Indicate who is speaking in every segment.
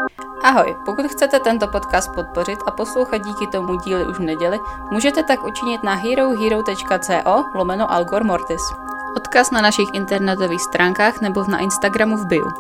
Speaker 1: Ahoj, pokud chcete tento podcast podpořit a poslouchat díky tomu díly už v neděli, můžete tak učinit na herohero.co/Algor Mortis. Odkaz na našich internetových stránkách nebo na Instagramu v bio.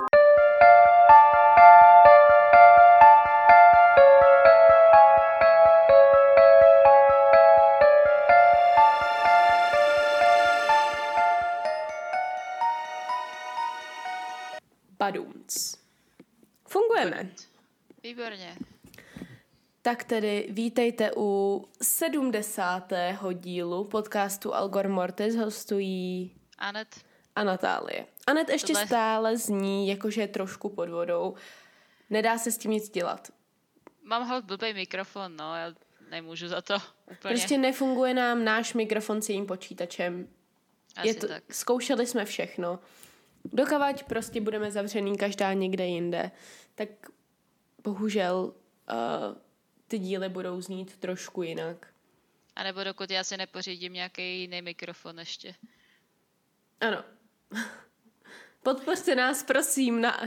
Speaker 2: Badumc. Fungujeme.
Speaker 3: Výborně.
Speaker 2: Tak tedy vítejte u 70. dílu podcastu Algor Mortis. Hostují
Speaker 3: Anet
Speaker 2: a Natálie. Anet ještě stále zní, jakože je trošku pod vodou. Nedá se s tím nic dělat.
Speaker 3: Mám halt blbý mikrofon, no, já nemůžu za to úplně.
Speaker 2: Prostě nefunguje nám náš mikrofon s jejím počítačem.
Speaker 3: Tak.
Speaker 2: Zkoušeli jsme všechno. Dokavať prostě budeme zavřený každá někde jinde, tak bohužel ty díly budou znít trošku jinak.
Speaker 3: A nebo dokud já si nepořídím nějaký jiný mikrofon ještě.
Speaker 2: Ano. Podpořte nás prosím na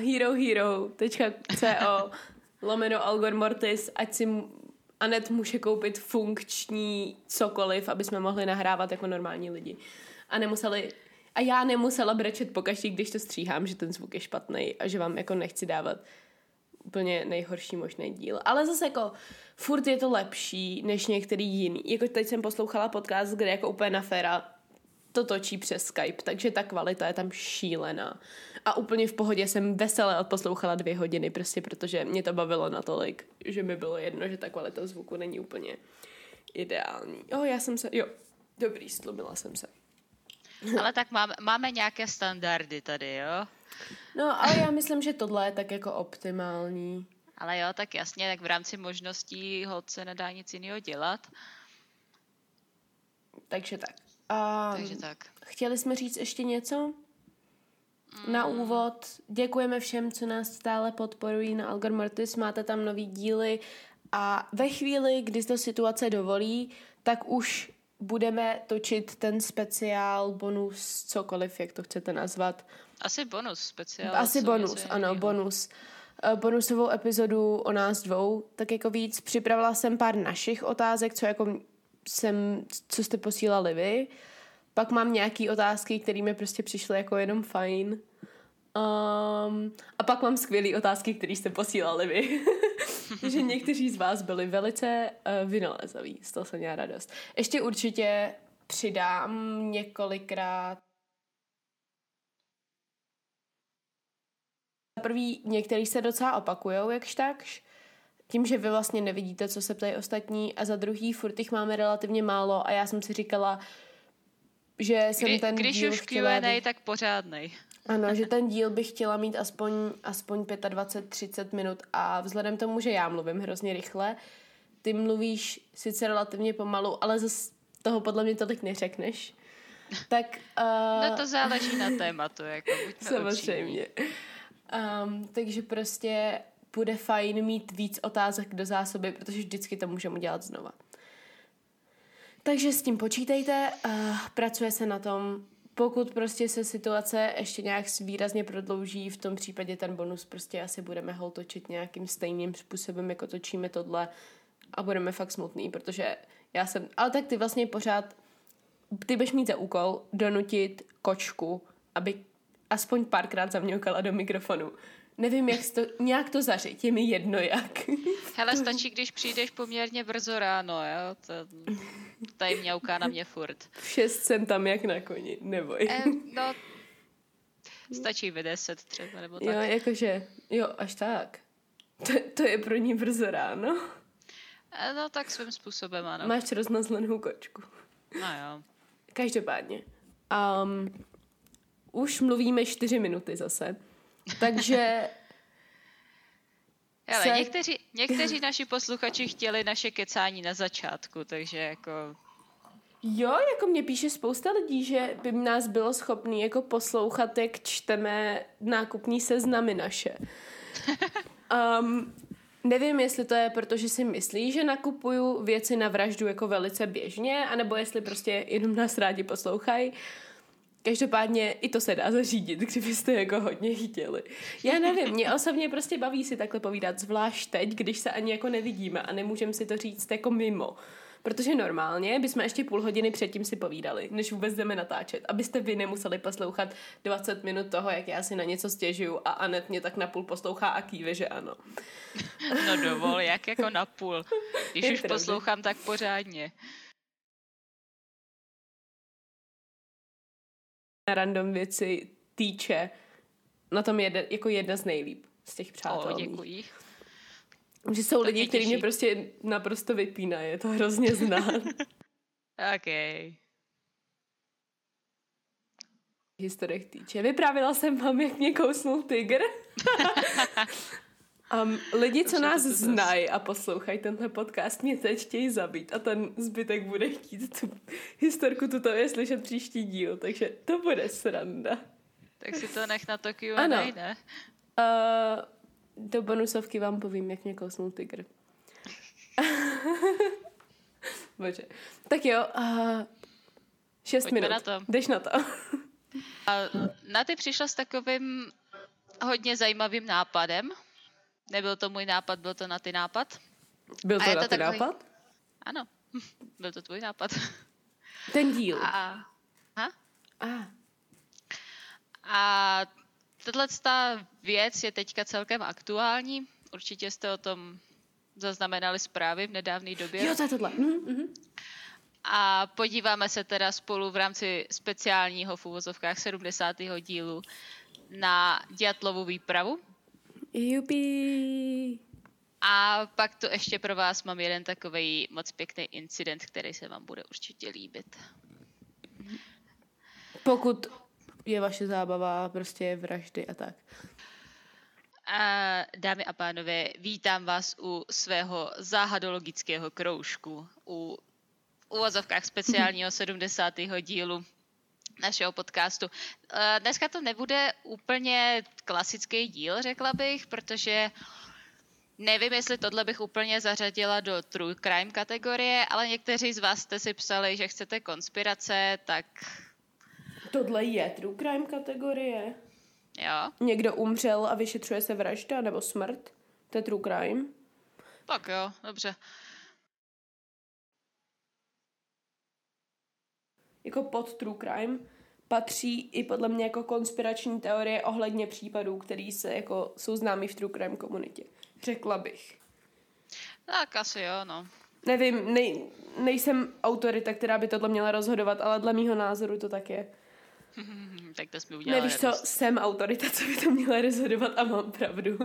Speaker 2: herohero.co/Algor Mortis, ať si Anet může koupit funkční cokoliv, aby jsme mohli nahrávat jako normální lidi. A já nemusela brečet pokaždý, když to stříhám, že ten zvuk je špatný a že vám jako nechci dávat úplně nejhorší možný díl. Ale zase jako furt je to lepší než některý jiný. Jako teď jsem poslouchala podcast, kde jako úplně na féra to točí přes Skype, takže ta kvalita je tam šílená. A úplně v pohodě jsem veselé odposlouchala 2 hodiny, prostě protože mě to bavilo natolik, že mi bylo jedno, že ta kvalita zvuku není úplně ideální. Dobrý, stlumila jsem se.
Speaker 3: Ale tak máme nějaké standardy tady, jo?
Speaker 2: No, ale já myslím, že tohle je tak jako optimální.
Speaker 3: Ale jo, tak jasně, tak v rámci možností holt se nedá nic jiného dělat.
Speaker 2: Takže tak.
Speaker 3: Takže tak.
Speaker 2: Chtěli jsme říct ještě něco? Na úvod děkujeme všem, co nás stále podporují na Algor Mortis. Máte tam nový díly a ve chvíli, kdy to situace dovolí, tak už budeme točit ten speciál, bonus, cokoliv, jak to chcete nazvat.
Speaker 3: Asi bonus speciál.
Speaker 2: Asi bonus, ano, bonus. Bonusovou epizodu o nás dvou, tak jako víc. Připravila jsem pár našich otázek, co jste posílali vy. Pak mám nějaký otázky, které mi prostě přišly jako jenom fajn. A pak mám skvělé otázky, které jste posílali vy. Takže někteří z vás byli velice vynalézaví. Z toho jsem měla radost. Ještě určitě přidám několikrát. První, některý se docela opakujou, jakž takž. Tím, že vy vlastně nevidíte, co se ptají ostatní. A za druhý, furt jich máme relativně málo. A já jsem si říkala, že jsem ten
Speaker 3: když
Speaker 2: díl
Speaker 3: už
Speaker 2: chtěla...
Speaker 3: Q&A, tak pořádnej.
Speaker 2: Ano, že ten díl bych chtěla mít aspoň 25-30 minut a vzhledem tomu, že já mluvím hrozně rychle, ty mluvíš sice relativně pomalu, ale zase toho podle mě tolik neřekneš. Tak...
Speaker 3: No to záleží na tématu, jako buďme
Speaker 2: samozřejmě. Takže prostě bude fajn mít víc otázek do zásoby, protože vždycky to můžeme udělat znova. Takže s tím počítejte, pracuje se na tom. Pokud prostě se situace ještě nějak výrazně prodlouží, v tom případě ten bonus prostě asi budeme ho točit nějakým stejným způsobem, jako točíme tohle a budeme fakt smutný, protože ale tak ty vlastně pořád, ty budeš mít za úkol donutit kočku, aby aspoň párkrát zamňoukala do mikrofonu. Nevím, nějak to zařiď, je mi jedno jak.
Speaker 3: Hele, stačí, když přijdeš poměrně brzo ráno, jo? Tady mňauká na mě furt.
Speaker 2: V 6 jsem tam jak na koni, neboj.
Speaker 3: No, stačí v 10 třeba, nebo tak.
Speaker 2: Jo, jakože, až tak. To je pro ní brzo ráno.
Speaker 3: No, tak svým způsobem, ano.
Speaker 2: Máš roznazlenou kočku.
Speaker 3: No jo.
Speaker 2: Každopádně. Už mluvíme 4 minuty zase. Takže...
Speaker 3: Hele, někteří naši posluchači chtěli naše kecání na začátku, takže jako...
Speaker 2: Jo, jako mě píše spousta lidí, že by nás bylo schopný jako poslouchat, jak čteme nákupní seznamy naše. Nevím, jestli to je, protože si myslí, že nakupuju věci na vraždu jako velice běžně, anebo jestli prostě jenom nás rádi poslouchají. Každopádně i to se dá zařídit, kdybyste jako hodně chtěli. Já nevím, mě osobně prostě baví si takhle povídat, zvlášť teď, když se ani jako nevidíme a nemůžeme si to říct jako mimo. Protože normálně bychom ještě půl hodiny předtím si povídali, než vůbec jdeme natáčet. Abyste vy nemuseli poslouchat 20 minut toho, jak já si na něco stěžuju a Anet mě tak napůl poslouchá a kýve, že ano.
Speaker 3: No dovol, jak jako napůl. Když už poslouchám, tak pořádně.
Speaker 2: Na random věci týče, na tom je jako jedna z nejlíp z těch přátel.
Speaker 3: Děkuji.
Speaker 2: Že jsou lidi, kteří mě prostě naprosto vypínají, je to hrozně znát.
Speaker 3: OK.
Speaker 2: Historiek týče. Vyprávila jsem vám, jak mě kousnul tygr. Lidi, co nás znají a poslouchají tenhle podcast, mě teď chtějí zabít a ten zbytek bude chtít tu historku tutově slyšet příští díl, takže to bude sranda.
Speaker 3: Tak si to nech na to Q&A, ne?
Speaker 2: Do bonusovky vám povím, jak mě kousnul tygr. Bože. Tak jo, 6
Speaker 3: Pojďme
Speaker 2: minut.
Speaker 3: na to.
Speaker 2: Jdeš na to.
Speaker 3: Na ty přišla s takovým hodně zajímavým nápadem. Nebyl to můj nápad, byl to na ty nápad.
Speaker 2: Byl to na ty nápad?
Speaker 3: Ano, byl to tvůj nápad.
Speaker 2: Ten díl.
Speaker 3: A tato věc je teďka celkem aktuální. Určitě jste o tom zaznamenali zprávy v nedávné době.
Speaker 2: Jo, to je tohle.
Speaker 3: A podíváme se teda spolu v rámci speciálního v uvozovkách 70. dílu na Ďatlovu výpravu.
Speaker 2: Jupi.
Speaker 3: A pak tu ještě pro vás mám jeden takovej moc pěkný incident, který se vám bude určitě líbit.
Speaker 2: Pokud je vaše zábava prostě vraždy a tak.
Speaker 3: A dámy a pánové, vítám vás u svého záhadologického kroužku, u uvozovkách speciálního 70. dílu našeho podcastu. Dneska to nebude úplně klasický díl, řekla bych, protože nevím, jestli tohle bych úplně zařadila do true crime kategorie, ale někteří z vás jste si psali, že chcete konspirace, tak...
Speaker 2: Tohle je true crime kategorie.
Speaker 3: Jo.
Speaker 2: Někdo umřel a vyšetřuje se vražda nebo smrt. To je true crime.
Speaker 3: Tak jo, dobře.
Speaker 2: Jako pod true crime patří i podle mě jako konspirační teorie ohledně případů, který se jako jsou známý v true crime komunitě. Řekla bych.
Speaker 3: Tak asi jo, no.
Speaker 2: Nevím, nejsem autorita, která by tohle měla rozhodovat, ale dle mýho názoru to tak je.
Speaker 3: Tak to jsme udělali.
Speaker 2: Nevíš co, jsem autorita, co by to měla rozhodovat a mám pravdu.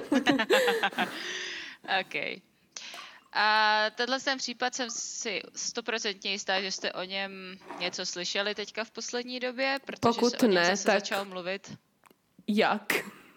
Speaker 3: OK. A tenhle ten případ jsem si 100% jistá, že jste o něm něco slyšeli teďka v poslední době, protože
Speaker 2: pokud
Speaker 3: se o něm
Speaker 2: ne,
Speaker 3: zase
Speaker 2: tak
Speaker 3: začal mluvit.
Speaker 2: Jak?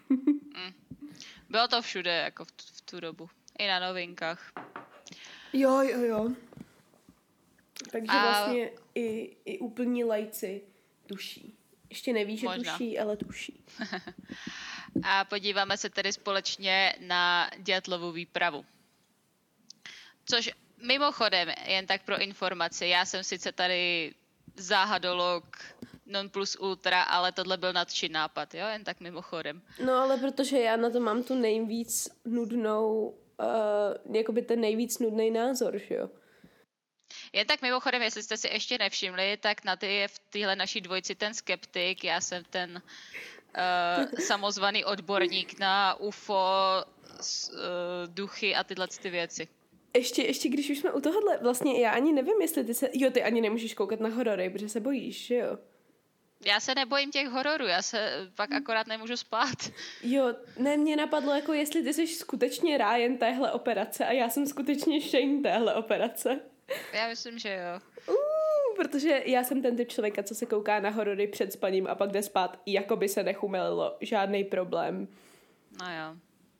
Speaker 3: Bylo to všude, jako v tu dobu. I na novinkách.
Speaker 2: Jo. Takže vlastně i úplní lajci tuší. Ještě neví, že
Speaker 3: možná
Speaker 2: tuší, ale tuší.
Speaker 3: A podíváme se tedy společně na Ďatlovu výpravu. Což mimochodem, jen tak pro informaci, já jsem sice tady záhadolog non plus ultra, ale tohle byl nadšený nápad, jo? Jen tak mimochodem.
Speaker 2: No ale protože já na to mám tu nejvíc nudnou, jakoby ten nejvíc nudný názor, že jo?
Speaker 3: Jen tak mimochodem, jestli jste si ještě nevšimli, tak na ty je v téhle naší dvojici ten skeptik, já jsem ten samozvaný odborník na UFO, duchy a tyhle ty věci.
Speaker 2: Ještě když už jsme u tohohle, vlastně já ani nevím, jestli ty ani nemůžeš koukat na horory, protože se bojíš, že jo?
Speaker 3: Já se nebojím těch hororů, já se pak akorát nemůžu spát.
Speaker 2: Jo, ne, mě napadlo, jako jestli ty jsi skutečně Ryan téhle operace a já jsem skutečně Shane téhle operace.
Speaker 3: Já myslím, že jo.
Speaker 2: Protože já jsem ten typ člověka, co se kouká na horory před spaním a pak jde spát, jako by se nechumelilo. Žádný problém.
Speaker 3: No jo.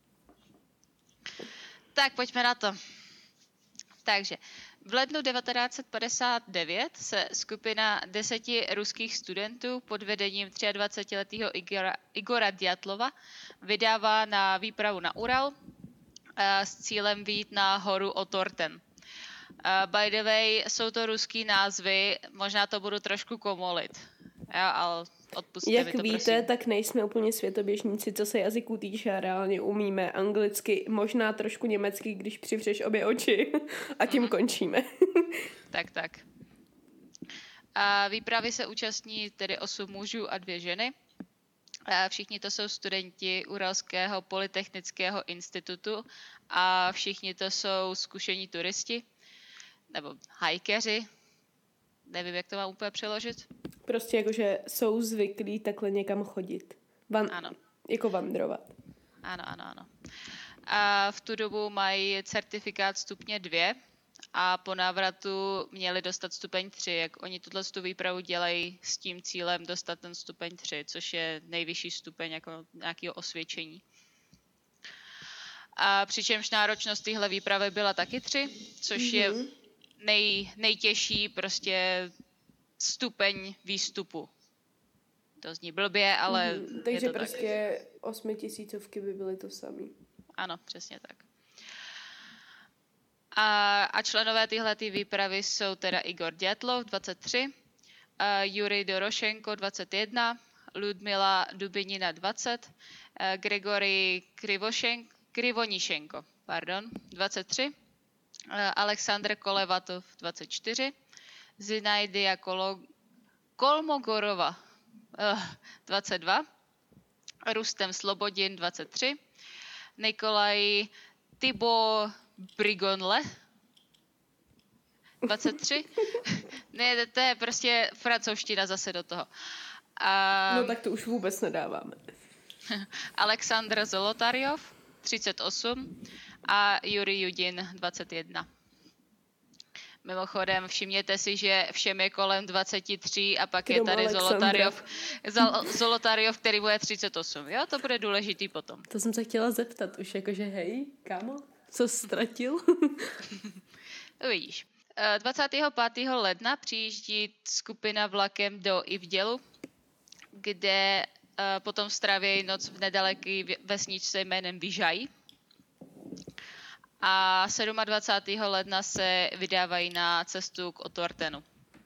Speaker 3: Tak pojďme na to. Takže v lednu 1959 se skupina 10 ruských studentů pod vedením 23-letého Igora Djatlova vydává na výpravu na Ural s cílem vyjít na horu Otorten. By the way, jsou to ruský názvy, možná to budu trošku komolit. Jo, ale odpusťte
Speaker 2: Jak
Speaker 3: mi to,
Speaker 2: víte,
Speaker 3: prosím.
Speaker 2: tak nejsme úplně světoběžníci, co se jazyků týče. Reálně umíme anglicky, možná trošku německy, když přivřeš obě oči. A tím končíme.
Speaker 3: Tak. A výpravy se účastní tedy 8 mužů a 2 ženy. A všichni to jsou studenti Uralského polytechnického institutu a všichni to jsou zkušení turisti nebo hajkeři. Nevím, jak to mám úplně přeložit.
Speaker 2: Prostě jakože jsou zvyklí takhle někam chodit.
Speaker 3: Ano.
Speaker 2: Jako vandrovat.
Speaker 3: Ano. A v tu dobu mají certifikát stupně 2 a po návratu měli dostat stupeň 3. Jak oni tuto výpravu dělají s tím cílem dostat ten stupeň 3, což je nejvyšší stupeň jako nějakého osvědčení. A přičemž náročnost téhle výpravy byla taky 3, což je nejtěžší prostě stupeň výstupu. To zní blbě, ale
Speaker 2: Takže
Speaker 3: je to
Speaker 2: prostě 8000 by byly to samý.
Speaker 3: Ano, přesně tak. A členové téhletý výpravy jsou teda Igor Djatlov, 23, Jurij Dorošenko, 21, Ludmila Dubinina, 20, Gregory Krivonišenko, 23, Aleksandr Kolevatov, 24, Zinaidia Kolmogorova, 22, Rustem Slobodin, 23, Nikolaj Tybo Brigonle, 23. Ne, to je prostě francouzština zase do toho.
Speaker 2: No tak to už vůbec nedáváme.
Speaker 3: Aleksandr Zolotaryov, 38 a Jurij Judin, 21. Mimochodem, všimněte si, že všem je kolem 23 a pak je tady Zolotaryov, který bude 38. Jo, to bude důležitý potom.
Speaker 2: To jsem se chtěla zeptat už, jakože hej, kámo, co ztratil?
Speaker 3: Uvidíš. 25. ledna přijíždí skupina vlakem do Ivdělu, kde potom stráví noc v nedaleké vesničce jménem Vyžaj. A 27. ledna se vydávají na cestu k Otortenu.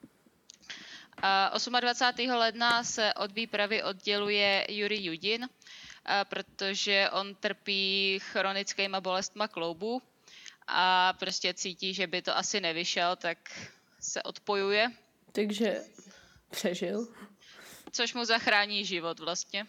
Speaker 3: 28. ledna se od výpravy odděluje Jurij Judin, protože on trpí chronickýma bolestma kloubů a prostě cítí, že by to asi nevyšel, tak se odpojuje.
Speaker 2: Takže přežil.
Speaker 3: Což mu zachrání život vlastně.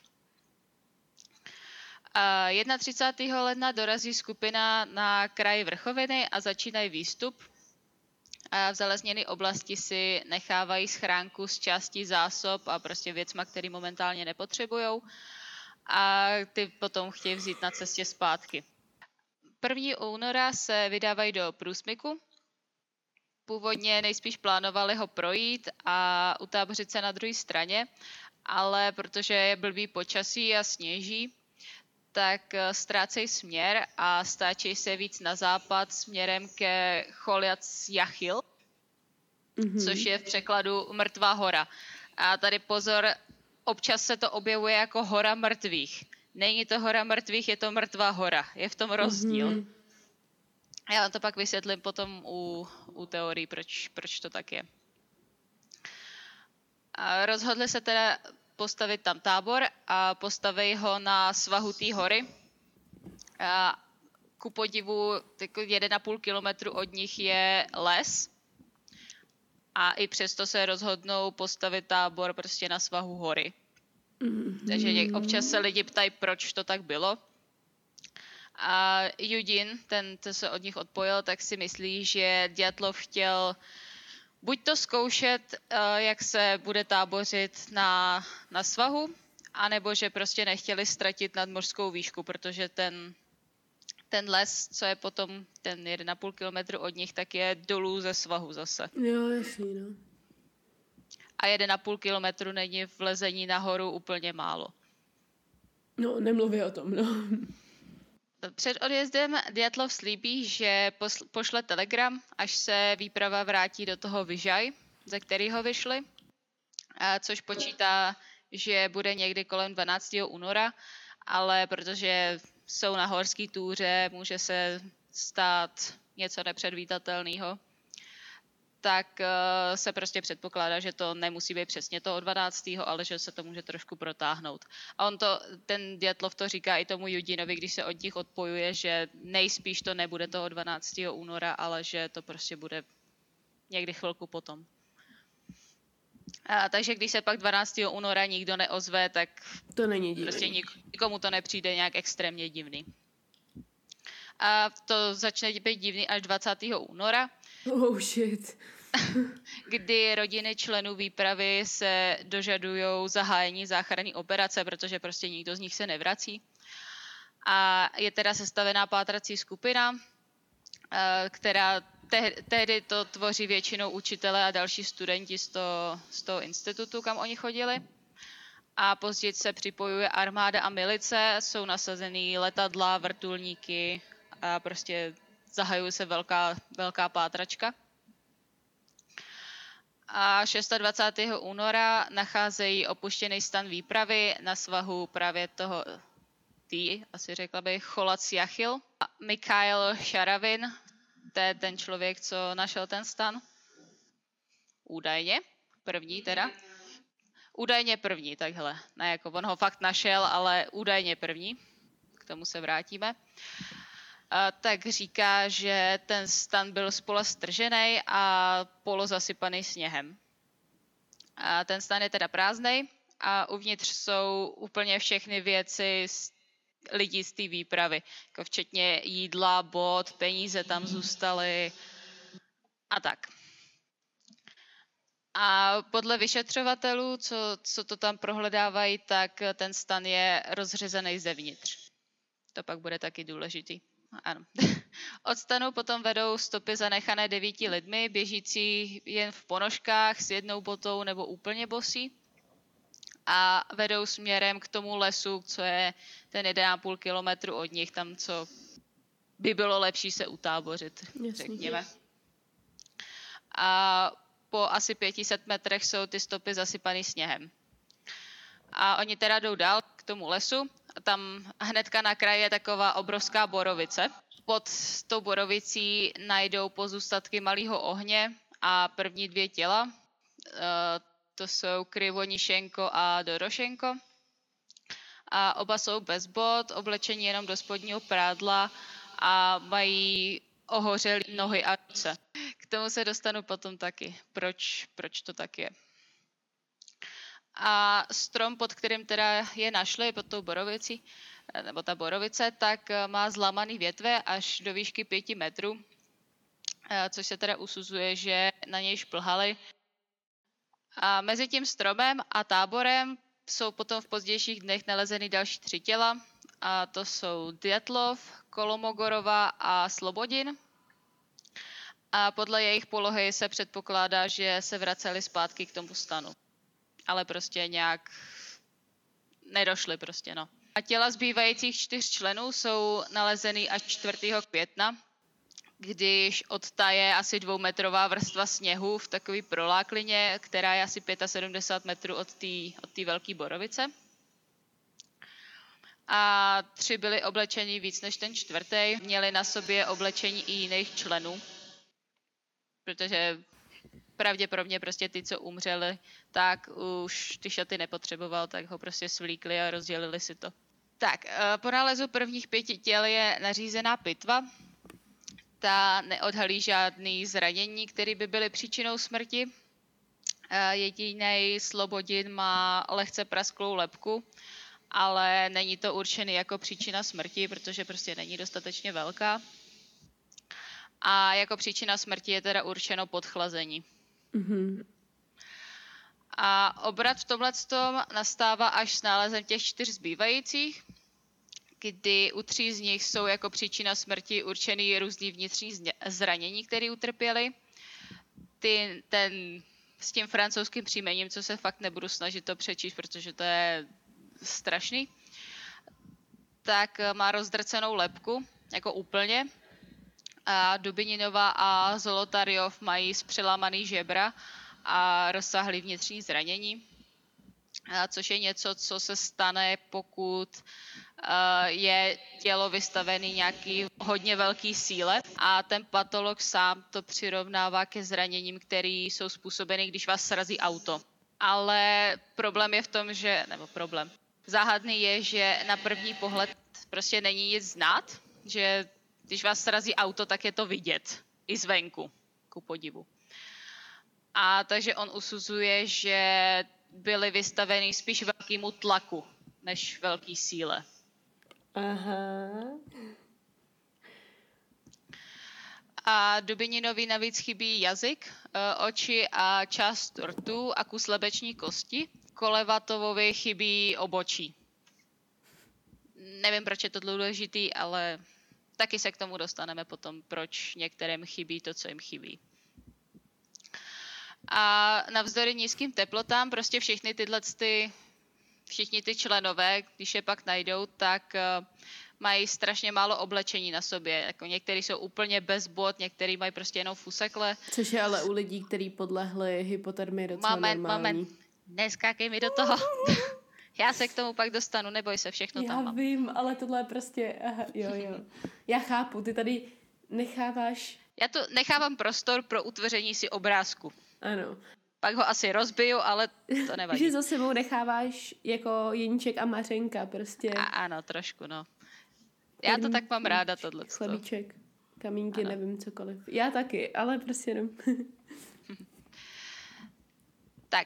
Speaker 3: 31. ledna dorazí skupina na kraj vrchoviny a začínají výstup. A v zalesněné oblasti si nechávají schránku s částí zásob a prostě věcma, které momentálně nepotřebujou. A ty potom chtějí vzít na cestě zpátky. 1. února se vydávají do průsmyku. Původně nejspíš plánovali ho projít a utábořit se na druhé straně, ale protože je blbý počasí a sněží, tak ztrácejí směr a stáčejí se víc na západ směrem ke Choliac Jachil, což je v překladu Mrtvá hora. A tady pozor, občas se to objevuje jako hora mrtvých. Není to hora mrtvých, je to Mrtvá hora. Je v tom rozdíl. Já vám to pak vysvětlím potom u teorií, proč to tak je. A rozhodli se teda postavit tam tábor a postaví ho na svahu té hory. A ku podivu 1,5 kilometru od nich je les. A i přesto se rozhodnou postavit tábor prostě na svahu hory. Takže občas se lidi ptají, proč to tak bylo. A Judin, ten se od nich odpojil, tak si myslí, že Djatlov chtěl buď to zkoušet, jak se bude tábořit na svahu, anebo že prostě nechtěli ztratit nadmořskou výšku, protože ten les, co je potom ten 1,5 kilometru od nich, tak je dolů ze svahu zase.
Speaker 2: Jo, jasný, no.
Speaker 3: A 1,5 kilometru není v lezení nahoru úplně málo.
Speaker 2: No, nemluví o tom, no.
Speaker 3: Před odjezdem Djatlov slíbí, že pošle telegram, až se výprava vrátí do toho Vyžaj, ze kterého vyšli, což počítá, že bude někdy kolem 12. února, ale protože jsou na horské túře, může se stát něco nepředvídatelného. tak se prostě předpokládá, že to nemusí být přesně toho 12., ale že se to může trošku protáhnout. A ten Dyatlov to říká i tomu Judinovi, když se od nich odpojuje, že nejspíš to nebude toho 12. února, ale že to prostě bude někdy chvilku potom. Takže když se pak 12. února nikdo neozve, tak
Speaker 2: to není divný.
Speaker 3: Prostě nikomu to nepřijde nějak extrémně divný. A to začne být divný až 20. února.
Speaker 2: Oh shit.
Speaker 3: Kdy rodiny členů výpravy se dožadujou zahájení záchranné operace, protože prostě nikdo z nich se nevrací. A je teda sestavená pátrací skupina, která tehdy to tvoří většinou učitelé a další studenti z toho institutu, kam oni chodili. A později se připojuje armáda a milice, jsou nasazený letadla, vrtulníky a prostě zahajuje se velká pátračka. A 26. února nacházejí opuštěný stan výpravy na svahu právě asi řekla bych, Cholac Jachil. A Mikhail Šaravin, to je ten člověk, co našel ten stan. Údajně. První teda. Údajně první, takhle. Ne, jako on ho fakt našel, ale údajně první. K tomu se vrátíme. Tak říká, že ten stan byl spola stržený a polozasypaný sněhem. A ten stan je teda prázdnej a uvnitř jsou úplně všechny věci lidí z té výpravy. Jako včetně jídla, bot, peníze tam zůstaly a tak. A podle vyšetřovatelů, co to tam prohledávají, tak ten stan je rozřezaný zevnitř. To pak bude taky důležitý. Ano. Od stanu potom vedou stopy zanechané 9 lidmi, běžící jen v ponožkách s jednou botou nebo úplně bosí. A vedou směrem k tomu lesu, co je ten 1,5 kilometru od nich, tam, co by bylo lepší se utábořit, řekněme. A po asi 500 metrech jsou ty stopy zasypaný sněhem. A oni teda jdou dál k tomu lesu. A tam hnedka na kraji je taková obrovská borovice. Pod tou borovicí najdou pozůstatky malého ohně a první 2 těla. To jsou Krivonišenko a Dorošenko. A oba jsou bez bot, oblečení jenom do spodního prádla a mají ohořelé nohy a ruce. K tomu se dostanu potom taky. Proč to tak je? A strom, pod kterým teda je našli, pod tou borovicí, nebo ta borovice, tak má zlámaný větve až do výšky 5 metrů, což se teda usuzuje, že na něj šplhali. A mezi tím stromem a táborem jsou potom v pozdějších dnech nalezeny další 3 těla, a to jsou Dyatlov, Kolomogorova a Slobodin. A podle jejich polohy se předpokládá, že se vraceli zpátky k tomu stanu. Ale prostě nějak nedošli prostě, no. A těla zbývajících 4 členů jsou nalezeny až 4. května, když odtaje asi 2metrová vrstva sněhu v takové proláklině, která je asi 75 metrů od té velké borovice. A 3 byli oblečeni víc než ten 4. Měli na sobě oblečení i jiných členů, protože pravděpodobně prostě ty, co umřeli, tak už ty šaty nepotřeboval, tak ho prostě svlíkli a rozdělili si to. Tak, po nálezu prvních 5 těl je nařízená pitva. Ta neodhalí žádný zranění, které by byly příčinou smrti. Jediný Slobodin má lehce prasklou lebku, ale není to určený jako příčina smrti, protože prostě není dostatečně velká. A jako příčina smrti je teda určeno podchlazení. Mm-hmm. A obrat v tomhletom nastává až s nálezem těch 4 zbývajících, kdy u 3 z nich jsou jako příčina smrti určený různý vnitřní zranění, které utrpěli. Ten s tím francouzským příjmením, co se fakt nebudu snažit to přečíst, protože to je strašný, tak má rozdrcenou lebku, jako úplně. A Dubininová a Zolotaryov mají zpřelámaný žebra a rozsáhlý vnitřní zranění, což je něco, co se stane, pokud je tělo vystavené nějaký hodně velký síle a ten patolog sám to přirovnává ke zraněním, které jsou způsobeny, když vás srazí auto. Ale problém je v tom, záhadný je, že na první pohled prostě není nic znát, že když vás srazí auto, tak je to vidět i zvenku, ku podivu. A takže on usuzuje, že byly vystaveny spíš velkému tlaku, než velký síle.
Speaker 2: Aha.
Speaker 3: A Dubininovi navíc chybí jazyk, oči a část rtu a kus lebeční kosti. Kolevatovovi chybí obočí. Nevím, proč je to důležitý, ale taky se k tomu dostaneme potom, proč některým chybí to, co jim chybí. A navzdory nízkým teplotám prostě všichni ty členové, když je pak najdou, tak mají strašně málo oblečení na sobě. Jako někteří jsou úplně bez bot, někteří mají prostě jenom fusekle.
Speaker 2: Což je ale u lidí, kteří podlehli hypotermii docela normální.
Speaker 3: Neskákej mi do toho. Já se k tomu pak dostanu, neboj se, všechno tam mám.
Speaker 2: Já vím, ale tohle je prostě, jo. Já chápu, ty tady necháváš...
Speaker 3: Já tu nechávám prostor pro utvoření si obrázku.
Speaker 2: Ano.
Speaker 3: Pak ho asi rozbiju, ale to nevadí.
Speaker 2: Že za sebou necháváš jako Jeníček a Mařenka prostě.
Speaker 3: Ano, trošku, no. Já to tak mám ráda, tohle.
Speaker 2: Chlebíček, kamínky, ano. Nevím, cokoliv. Já taky, ale prostě jenom.
Speaker 3: Tak,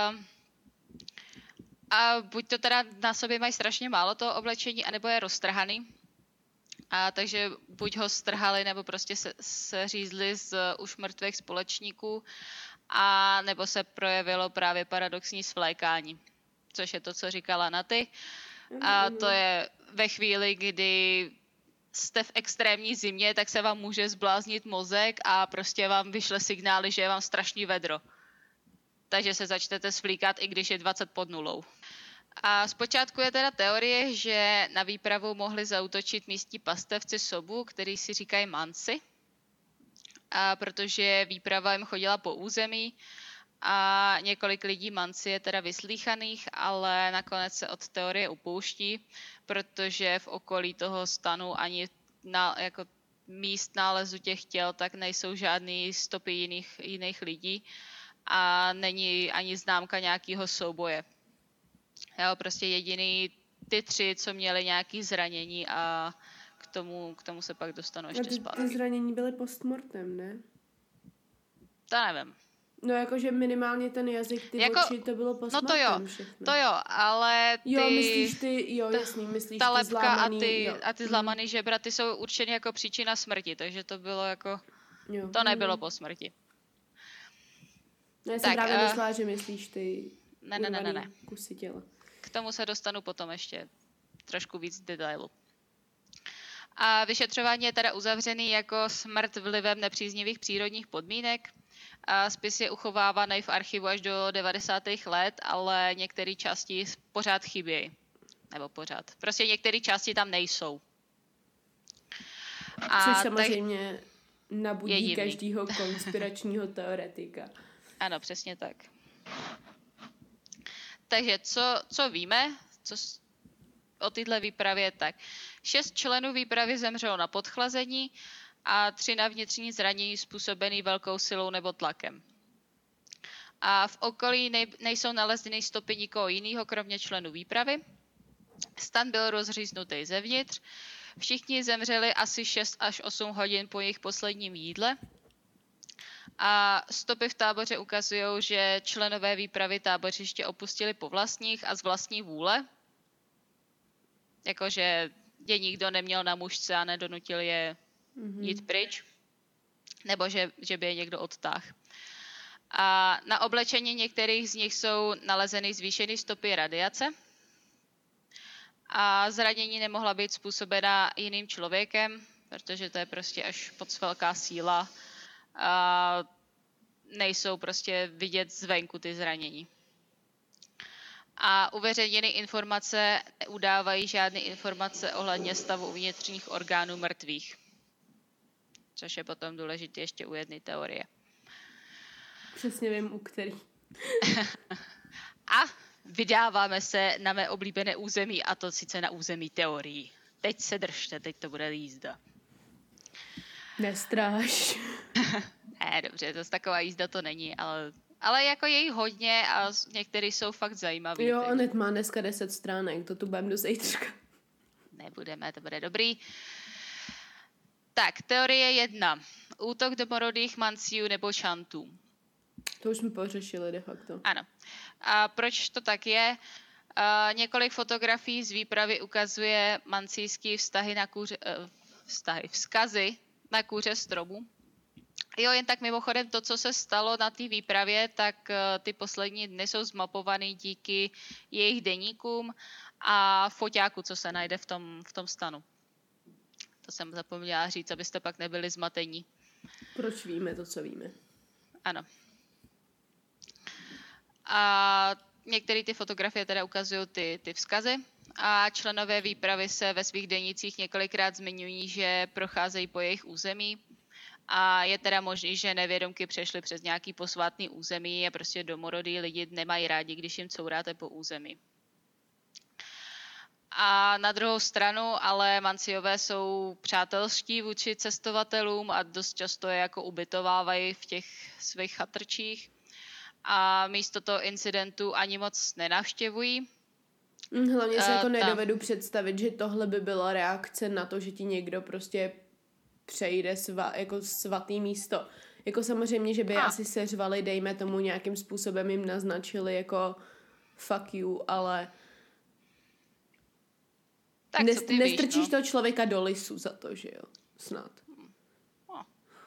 Speaker 3: a buď to teda na sobě mají strašně málo toho oblečení, anebo je roztrhaný. A takže buď ho strhali, nebo prostě se řízli z už mrtvých společníků, a nebo se projevilo právě paradoxní svlékání, což je to, co říkala Naty. A to je ve chvíli, kdy jste v extrémní zimě, tak se vám může zbláznit mozek a prostě vám vyšle signály, že je vám strašný vedro. Takže se začnete svlíkat, i když je 20 pod nulou. A zpočátku je teda teorie, že na výpravu mohli zaútočit místní pastevci Sobu, který si říkají Mansi, a protože výprava jim chodila po území a několik lidí Mansi je teda vyslýchaných, ale nakonec se od teorie upouští, protože v okolí toho stanu ani jako míst nálezu těch těl tak nejsou žádný stopy jiných lidí a není ani známka nějakého souboje. Jo, prostě jediný ty 3, co měli nějaké zranění a k tomu se pak dostanu ještě zpátky.
Speaker 2: Ty zranění byly postmortem, ne?
Speaker 3: To nevím.
Speaker 2: No jakože minimálně ten jazyk, ty oči, to bylo postmortem.
Speaker 3: No to jo, ale ty...
Speaker 2: Jo, myslíš ty, jo, jasný, myslíš
Speaker 3: ta
Speaker 2: ty
Speaker 3: lebka
Speaker 2: zlámaný...
Speaker 3: a ty zlámaný žebra, ty jsou určeny jako příčina smrti, takže to bylo jako...
Speaker 2: Jo.
Speaker 3: To nebylo po smrti.
Speaker 2: No, já jsem právě myslela, že myslíš ty
Speaker 3: ne.
Speaker 2: kusy těla.
Speaker 3: K tomu se dostanu potom ještě trošku víc detailu. A vyšetřování je teda uzavřený jako smrt vlivem nepříznivých přírodních podmínek. A spis je uchovávaný v archivu až do 90. let, ale některé části pořád chybějí. Nebo pořád. Prostě některé části tam nejsou.
Speaker 2: Což samozřejmě nabudí každého konspiračního teoretika.
Speaker 3: Ano, přesně tak. Takže co víme o této výpravě, tak 6 členů výpravy zemřelo na podchlazení a 3 na vnitřní zranění způsobené velkou silou nebo tlakem. A v okolí nejsou nalezeny stopy nikoho jiného, kromě členů výpravy. Stan byl rozříznutý zevnitř. Všichni zemřeli asi 6 až 8 hodin po jejich posledním jídle. A stopy v táboře ukazují, že členové výpravy tábořiště opustili po vlastních a z vlastní vůle. Jakože je nikdo neměl na mužce a nedonutil je jít pryč. Nebo že by je někdo odtáhl. A na oblečení některých z nich jsou nalezeny zvýšené stopy radiace. A zranění nemohla být způsobena jiným člověkem, protože to je prostě až moc velká síla. A nejsou prostě vidět zvenku ty zranění. A uveřejněné informace neudávají žádné informace ohledně stavu vnitřních orgánů mrtvých. Což je potom důležité ještě u jedné teorie.
Speaker 2: Přesně vím, u který.
Speaker 3: A vydáváme se na mé oblíbené území, a to sice na území teorií. Teď se držte, teď to bude jízda.
Speaker 2: Nestráš.
Speaker 3: Ne, dobře, to taková jízda to není, ale jako je jí hodně a některý jsou fakt zajímavý.
Speaker 2: Jo, Anet má dneska 10 stránek, to tu budem do zítřka.
Speaker 3: Nebudeme, to bude dobrý. Tak, teorie 1. Útok domorodých manciů nebo šantů.
Speaker 2: To už jsme pořešili de facto.
Speaker 3: Ano. A proč to tak je? Několik fotografií z výpravy ukazuje mancijský vzkazy na kůře stromu. Jo, jen tak mimochodem to, co se stalo na té výpravě, tak ty poslední dny jsou zmapovaný díky jejich deníkům a foťáku, co se najde v tom stanu. To jsem zapomněla říct, abyste pak nebyli zmatení.
Speaker 2: Proč víme to, co víme?
Speaker 3: Ano. A některé ty fotografie teda ukazují ty vzkazy a členové výpravy se ve svých denících několikrát zmiňují, že procházejí po jejich území a je teda možný, že nevědomky přešli přes nějaký posvátný území a prostě domorodí lidi nemají rádi, když jim couráte po území. A na druhou stranu, ale Manciové jsou přátelští vůči cestovatelům a dost často je jako ubytovávají v těch svých chatrčích a místo toho incidentu ani moc nenavštěvují.
Speaker 2: Hlavně se jako nedovedu představit, že tohle by byla reakce na to, že ti někdo prostě přejde jako svatý místo. Jako samozřejmě, že by asi seřvali, dejme tomu nějakým způsobem jim naznačili jako fuck you, ale
Speaker 3: tak
Speaker 2: nestrčíš toho člověka do lisu za to, že jo? Snad.
Speaker 3: No.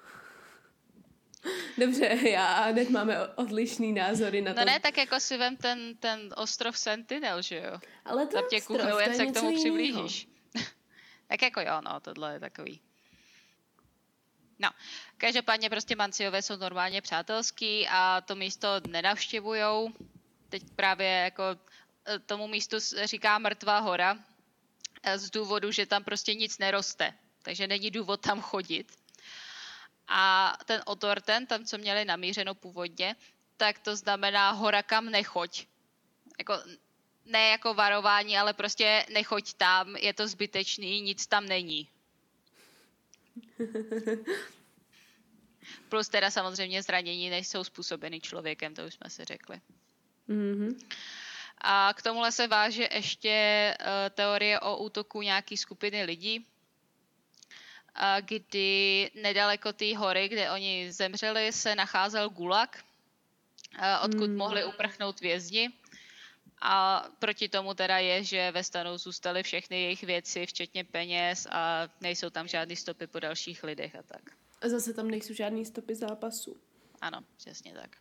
Speaker 2: Dobře, já a Anet máme odlišný názory na to.
Speaker 3: No ne, tak jako si vem ten ostrov Sentinel, že jo?
Speaker 2: Ale to
Speaker 3: tam tě
Speaker 2: ostrov,
Speaker 3: kuchnou, jen se k tomu
Speaker 2: přiblížíš.
Speaker 3: přiblížíš. Tak jako jo, no, tohle je takový. No, každopádně prostě Manciové jsou normálně přátelský a to místo nenavštěvujou. Teď právě jako tomu místu říká Mrtvá hora z důvodu, že tam prostě nic neroste. Takže není důvod tam chodit. A ten Otorten, tam co měli namířeno původně, tak to znamená hora kam nechoď. Jako, ne jako varování, ale prostě nechoď tam, je to zbytečný, nic tam není. Plus teda samozřejmě zranění nejsou způsobeny člověkem, to už jsme si řekli.
Speaker 2: Mm-hmm.
Speaker 3: A k tomuhle se váže ještě teorie o útoku nějaký skupiny lidí, kdy nedaleko té hory, kde oni zemřeli, se nacházel gulag, odkud mohli uprchnout vězni. A proti tomu teda je, že ve stanu zůstaly všechny jejich věci, včetně peněz a nejsou tam žádný stopy po dalších lidech a tak.
Speaker 2: A zase tam nejsou žádný stopy zápasu.
Speaker 3: Ano, přesně tak.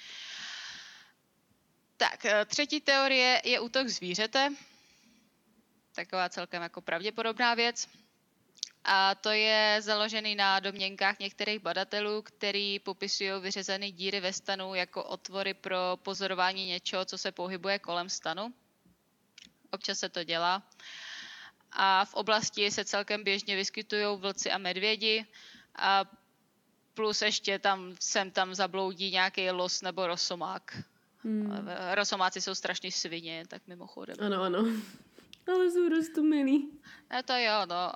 Speaker 3: Tak, třetí teorie je útok zvířete. Taková celkem jako pravděpodobná věc. A to je založený na domněnkách některých badatelů, který popisují vyřezané díry ve stanu jako otvory pro pozorování něčeho, co se pohybuje kolem stanu. Občas se to dělá. A v oblasti se celkem běžně vyskytují vlci a medvědi. A plus ještě tam zabloudí nějaký los nebo rosomák. Rosomáci jsou strašný svině, tak mimochodem.
Speaker 2: Ano. Ale jsou roztomilý.
Speaker 3: To jo, no.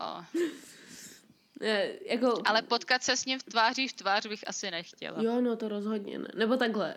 Speaker 2: Jako...
Speaker 3: Ale potkat se s ním tváří v tvář bych asi nechtěla.
Speaker 2: Jo, no to rozhodně ne. Nebo takhle.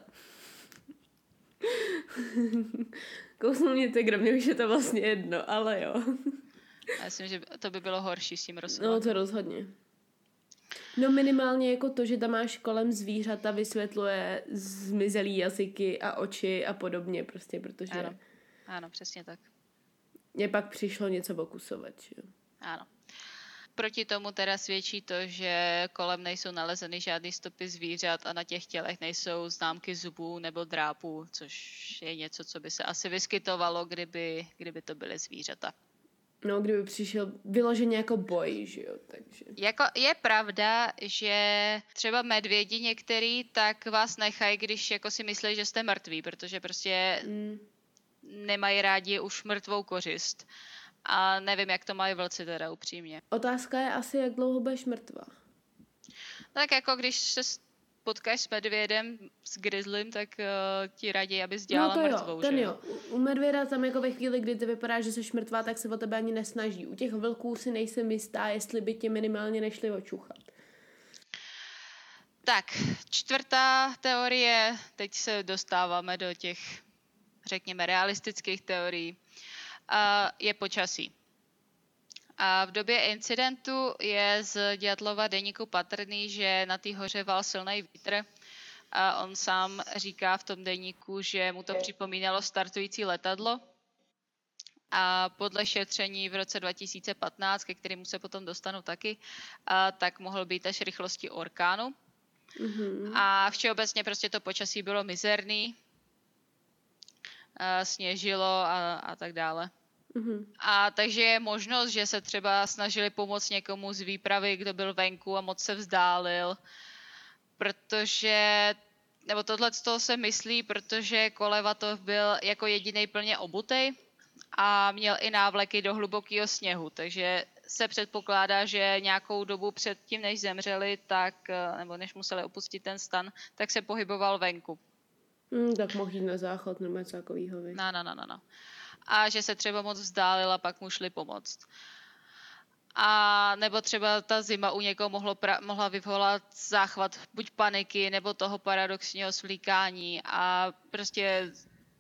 Speaker 2: Kousnu mě Tigra, mě už je to vlastně jedno, ale jo.
Speaker 3: Já myslím, že to by bylo horší s tím rosomákem.
Speaker 2: No to rozhodně. No minimálně jako to, že tam máš kolem zvířata, vysvětluje zmizelý jazyky a oči a podobně prostě, protože...
Speaker 3: Ano, přesně tak.
Speaker 2: Mně pak přišlo něco pokusovat, jo.
Speaker 3: Ano. Proti tomu teda svědčí to, že kolem nejsou nalezeny žádný stopy zvířat a na těch tělech nejsou známky zubů nebo drápů, což je něco, co by se asi vyskytovalo, kdyby to byly zvířata.
Speaker 2: No, kdyby přišel vyloženě jako boj, že jo, takže...
Speaker 3: Jako je pravda, že třeba medvědi některý tak vás nechají, když jako si myslí, že jste mrtví, protože prostě nemají rádi už mrtvou kořist. A nevím, jak to mají vlci teda upřímně.
Speaker 2: Otázka je asi, jak dlouho budeš mrtvá.
Speaker 3: Tak jako když se potkáš s medvědem, s grizzlym, tak ti raději, abys dělala
Speaker 2: no to
Speaker 3: mrtvou,
Speaker 2: jo, ten
Speaker 3: že
Speaker 2: jo. U medvěda tam jako ve chvíli, kdy ty vypadá, že jsi mrtvá, tak se o tebe ani nesnaží. U těch vlků si nejsem jistá, jestli by tě minimálně nešli očuchat.
Speaker 3: Tak, 4. teorie, teď se dostáváme do těch, řekněme, realistických teorií, je počasí. A v době incidentu je z Dyatlova deníku patrný, že na té hoře val silný vítr. A on sám říká v tom deníku, že mu to připomínalo startující letadlo. A podle šetření v roce 2015, ke kterému se potom dostanu taky, tak mohl být až rychlosti orkánu. Mm-hmm. A všeobecně prostě to počasí bylo mizerný. Sněžilo a tak dále. Mm-hmm. A takže je možnost, že se třeba snažili pomoct někomu z výpravy, kdo byl venku a moc se vzdálil, protože, nebo tohle z toho se myslí, protože Kolevatov byl jako jedinej plně obutej a měl i návleky do hlubokého sněhu, takže se předpokládá, že nějakou dobu předtím, než zemřeli, tak, nebo než museli opustit ten stan, tak se pohyboval venku.
Speaker 2: Tak mohl jít na záchod nebo něco takovýho.
Speaker 3: No. A že se třeba moc vzdálil a pak mu šli pomoct. A nebo třeba ta zima u někoho mohla vyvolat záchvat buď paniky, nebo toho paradoxního svlíkání a prostě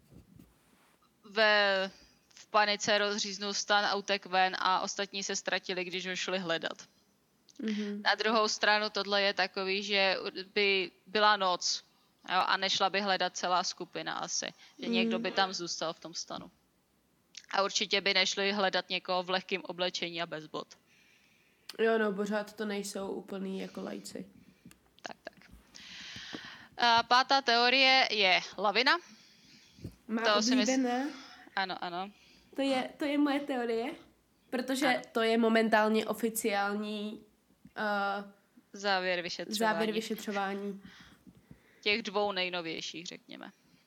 Speaker 3: v panice rozříznul stan a utek ven a ostatní se ztratili, když ho šli hledat. Mm-hmm. Na druhou stranu tohle je takový, že by byla noc, jo, a nešla by hledat celá skupina asi. Že někdo by tam zůstal v tom stanu. A určitě by nešli hledat někoho v lehkém oblečení a bez bot.
Speaker 2: Jo, no, pořád to nejsou úplný jako lajci.
Speaker 3: Tak. 5. teorie je lavina.
Speaker 2: Má oblíbená.
Speaker 3: Ano.
Speaker 2: To je moje teorie, protože to je momentálně oficiální
Speaker 3: závěr
Speaker 2: vyšetřování.
Speaker 3: Těch 2 nejnovějších, řekněme.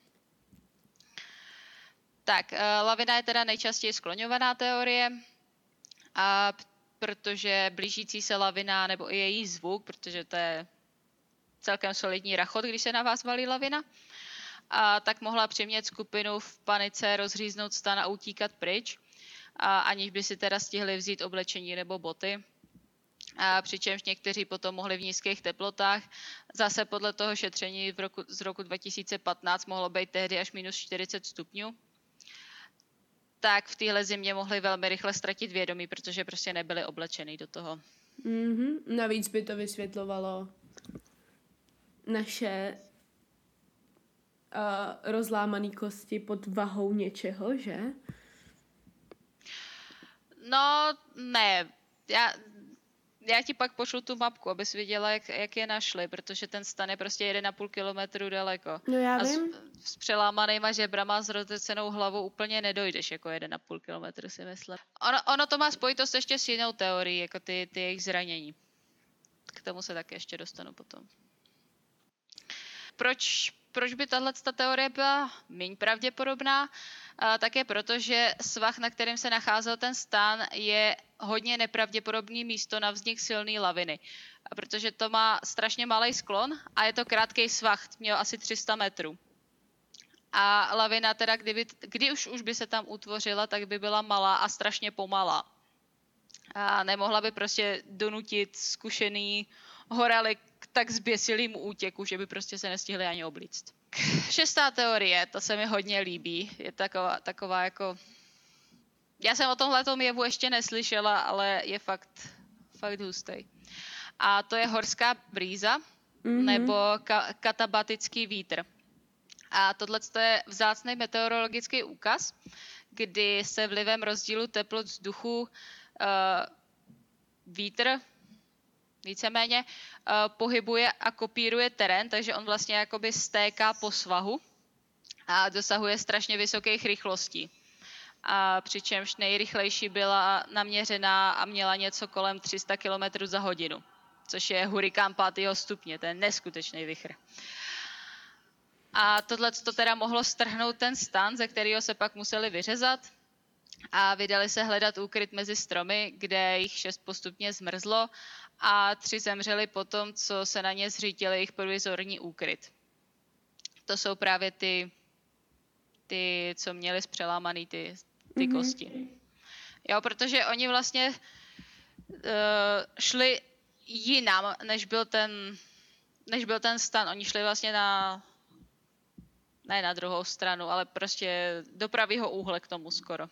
Speaker 3: Tak, lavina je teda nejčastěji skloňovaná teorie, a protože blížící se lavina, nebo i její zvuk, protože to je celkem solidní rachot, když se na vás valí lavina, a tak mohla přimět skupinu v panice rozříznout stan a utíkat pryč, aniž by si teda stihli vzít oblečení nebo boty. A přičemž někteří potom mohli v nízkých teplotách. Zase podle toho šetření z roku 2015 mohlo být tehdy až minus 40 stupňů. Tak v téhle zimě mohli velmi rychle ztratit vědomí, protože prostě nebyli oblečený do toho.
Speaker 2: Mm-hmm. Navíc by to vysvětlovalo naše rozlámané kosti pod vahou něčeho, že?
Speaker 3: No, ne. Já ti pak pošlu tu mapku, abys viděla, jak je našli, protože ten stan je prostě 1,5 kilometru daleko.
Speaker 2: No já vím.
Speaker 3: S přelámanýma žebrama, s roztocenou hlavou úplně nedojdeš jako 1,5 kilometru, si myslím. Ono to má spojitost ještě s jinou teorií, jako ty jejich zranění. K tomu se taky ještě dostanu potom. Proč by tato teorie byla méně pravděpodobná? Tak je proto, že svah, na kterém se nacházel ten stan, je hodně nepravděpodobný místo na vznik silné laviny. A protože to má strašně malý sklon a je to krátký svah, měl asi 300 metrů. A lavina teda, kdy už by se tam utvořila, tak by byla malá a strašně pomalá. A nemohla by prostě donutit zkušený horely k tak zběsilýmu útěku, že by prostě se nestihli ani oblíct. 6. teorie, to se mi hodně líbí. Je taková jako... Já jsem o tomhletom jevu ještě neslyšela, ale je fakt hustý. A to je horská brýza, nebo katabatický vítr. A tohle je vzácný meteorologický úkaz, kdy se vlivem rozdílu teplot vzduchu vítr víceméně pohybuje a kopíruje terén, takže on vlastně jakoby stéká po svahu a dosahuje strašně vysokých rychlostí. A přičemž nejrychlejší byla naměřená a měla něco kolem 300 km za hodinu, což je hurikán 5. stupně, to je neskutečný vichr. A tohle to teda mohlo strhnout ten stan, ze kterého se pak museli vyřezat. a vydali se hledat úkryt mezi stromy, kde jich 6 postupně zmrzlo a 3 zemřeli potom, co se na ně zřítil jejich provizorní úkryt. To jsou právě ty co měli zpřelámaný ty kosti. Jo, protože oni vlastně šli jinam, než byl ten stan. Oni šli vlastně ne na druhou stranu, ale prostě do pravýho úhle k tomu skoro.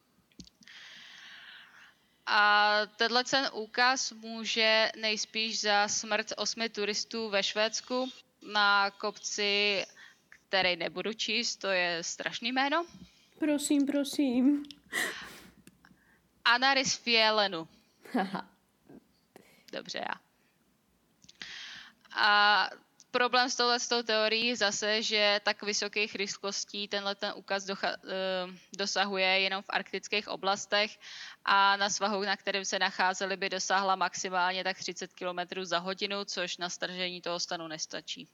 Speaker 3: A ten úkaz může nejspíš za smrt 8 turistů ve Švédsku na kopci, který nebudu číst, to je strašný jméno.
Speaker 2: Prosím.
Speaker 3: Anarisfjälenu. Dobře, já. A problém s touhletou teorií zase, že tak vysokých rychlostí ten úkaz dosahuje jenom v arktických oblastech a na svahu, na kterém se nacházeli, by dosáhla maximálně tak 30 km za hodinu, což na stržení toho stanu nestačí.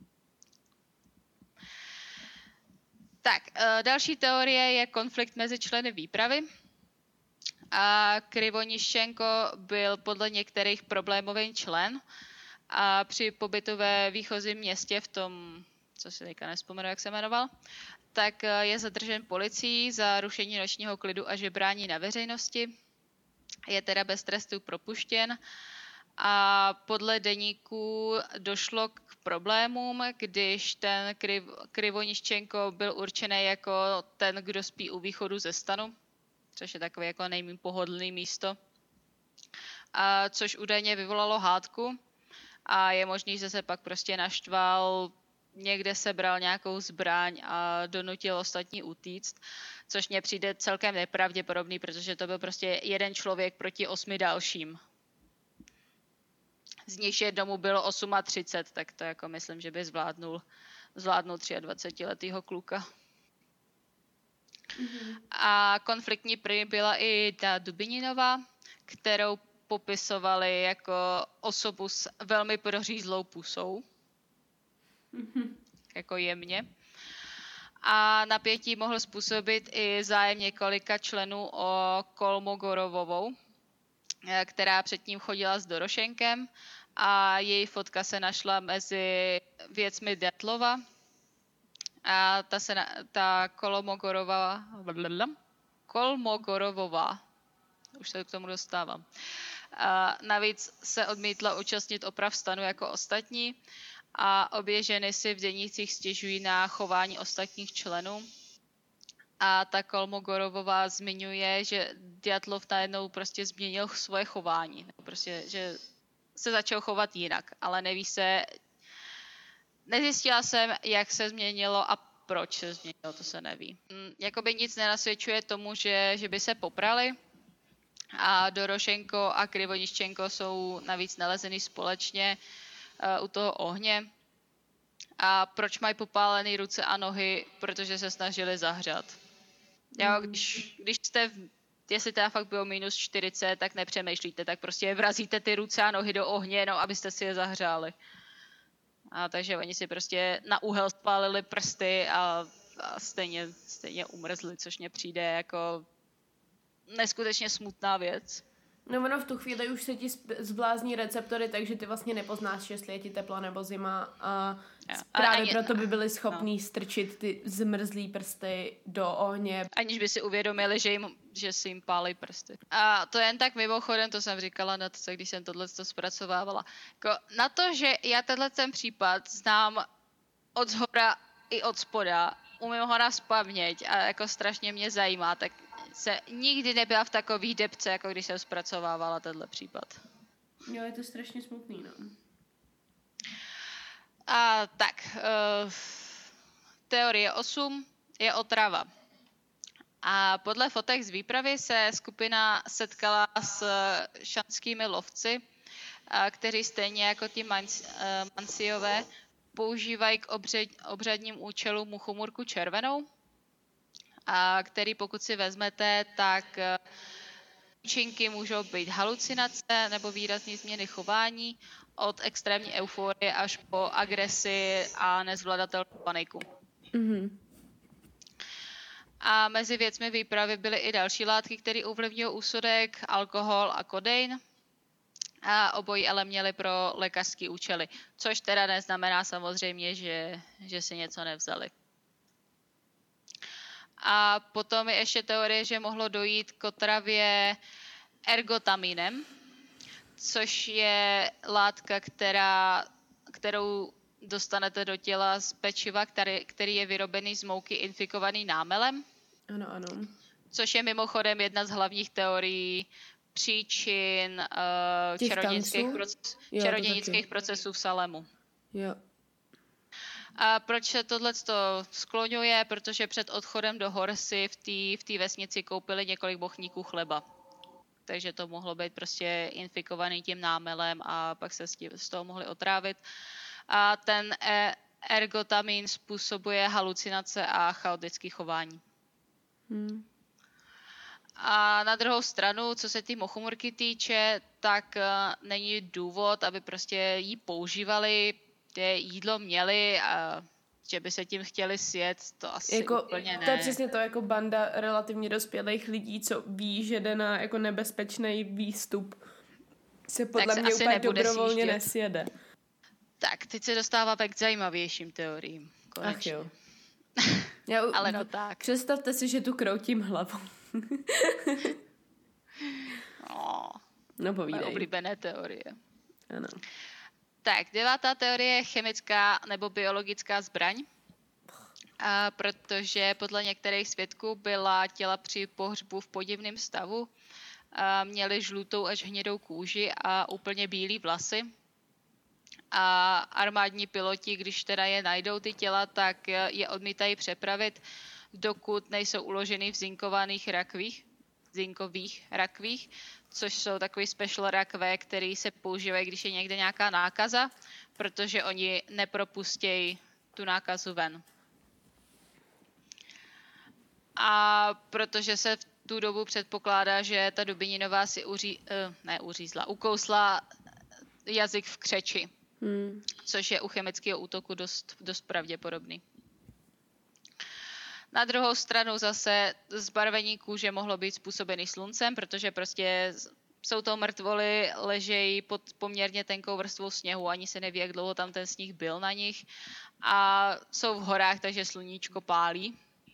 Speaker 3: Tak, další teorie je konflikt mezi členy výpravy. A Krivoniščenko byl podle některých problémový člen a při pobytu ve výchozím městě v tom, co si teďka nespomenu, jak se jmenoval, tak je zadržen policií za rušení nočního klidu a žebrání na veřejnosti. Je teda bez trestu propuštěn a podle deníků došlo k problémům, když ten Krivoniščenko byl určený jako ten, kdo spí u východu ze stanu, což je takové jako nejméně pohodlné místo, a což údajně vyvolalo hádku a je možný, že se pak prostě naštval, někde sebral nějakou zbraň a donutil ostatní utíct, což mně přijde celkem nepravděpodobný, protože to byl prostě jeden člověk proti 8 dalším. Z nich jednomu bylo 38, tak to jako myslím, že by zvládnul 23letýho kluka. A konfliktní prý byla i ta Dubininová, kterou popisovali jako osobu s velmi prořízlou pusou. Jako jemně. A napětí mohl způsobit i zájem několika členů o Kolmogorovovou, která předtím chodila s Dorošenkem a její fotka se našla mezi věcmi Djatlova. A ta Kolmogorovová, už se k tomu dostávám. A navíc se odmítla účastnit oprav stanu jako ostatní a obě ženy si v denících stěžují na chování ostatních členů. A ta Kolmogorovová zmiňuje, že Djatlov najednou prostě změnil svoje chování. Prostě, že se začal chovat jinak, ale nezjistila jsem, jak se změnilo a proč se změnilo, to se neví. Jakoby nic nenasvědčuje tomu, že by se poprali a Dorošenko a Krivoniščenko jsou navíc nalezený společně u toho ohně. A proč mají popálené ruce a nohy? Protože se snažili zahřát. Jo, jestli teda fakt bylo -40, tak nepřemýšlíte, tak prostě vrazíte ty ruce a nohy do ohně, no, abyste si je zahřáli. A takže oni si prostě na úhel spálili prsty a stejně umrzli, což mně přijde jako neskutečně smutná věc.
Speaker 2: No ono v tu chvíli už se ti zblázní receptory, takže ty vlastně nepoznáš, jestli je ti teplo nebo zima a právě proto by byli schopní strčit ty zmrzlý prsty do ohně.
Speaker 3: Aniž by si uvědomili, že si jim pálí prsty. A to jen tak mimochodem, to jsem říkala na to, když jsem tohleto zpracovávala. Jako na to, že já tenhle ten případ znám od zhora i od spoda, umím ho nazpaměť a jako strašně mě zajímá, tak se nikdy nebyla v takový depce, jako když jsem zpracovávala tenhle případ.
Speaker 2: Jo, je to strašně smutný, no.
Speaker 3: A tak, teorie 8 je otrava. A podle fotek z výpravy se skupina setkala s šanskými lovci, kteří stejně jako ti Mansiové používají k obřadním účelům muchomurku červenou, a který pokud si vezmete, tak účinky můžou být halucinace nebo výrazné změny chování od extrémní euforie až po agresi a nezvladatelnou paniku. A mezi věcmi výpravy byly i další látky, které ovlivňují úsudek, alkohol a kodein. A obojí ale měli pro lékařské účely. Což teda neznamená samozřejmě, že si něco nevzali. A potom je ještě teorie, že mohlo dojít k otravě ergotaminem, což je látka, kterou dostanete do těla z pečiva, který je vyrobený z mouky infikovaný námelem.
Speaker 2: Ano.
Speaker 3: Což je mimochodem jedna z hlavních teorií příčin čarodějnických procesů v Salemu.
Speaker 2: Jo.
Speaker 3: A proč se tohleto skloňuje? Protože před odchodem do hor si v té vesnici koupili několik bochníků chleba. Takže to mohlo být prostě infikovaný tím námelem a pak se z toho mohli otrávit. A ten ergotamin způsobuje halucinace a chaotické chování. A na druhou stranu, co se ty mochomorky týče, tak není důvod, aby prostě jí používali, jídlo měli a že by se tím chtěli sjet, to asi úplně ne.
Speaker 2: To je přesně to, jako banda relativně dospělých lidí, co ví, že jde na jako nebezpečný výstup, se podle mě úplně dobrovolně nesjede.
Speaker 3: Tak, teď se dostáváme k zajímavějším teoriím. Konečně.
Speaker 2: Ach jo.
Speaker 3: Ale no tak.
Speaker 2: Představte si, že tu kroutím hlavou. No povídej.
Speaker 3: Moje oblíbené teorie.
Speaker 2: Ano.
Speaker 3: Tak, 9. teorie je chemická nebo biologická zbraň, protože podle některých svědků byla těla při pohřbu v podivném stavu, měly žlutou až hnědou kůži a úplně bílý vlasy. A armádní piloti, když teda je najdou ty těla, tak je odmítají přepravit, dokud nejsou uloženy v zinkových rakvích, což jsou takový special rakve, který se používají, když je někde nějaká nákaza, protože oni nepropustějí tu nákazu ven. A protože se v tu dobu předpokládá, že ta dubininová si ukousla jazyk v křeči, což je u chemického útoku dost pravděpodobný. Na druhou stranu zase zbarvení kůže mohlo být způsobený sluncem, protože prostě jsou to mrtvoly, ležejí pod poměrně tenkou vrstvou sněhu, ani se neví, jak dlouho tam ten sníh byl na nich. A jsou v horách, takže sluníčko pálí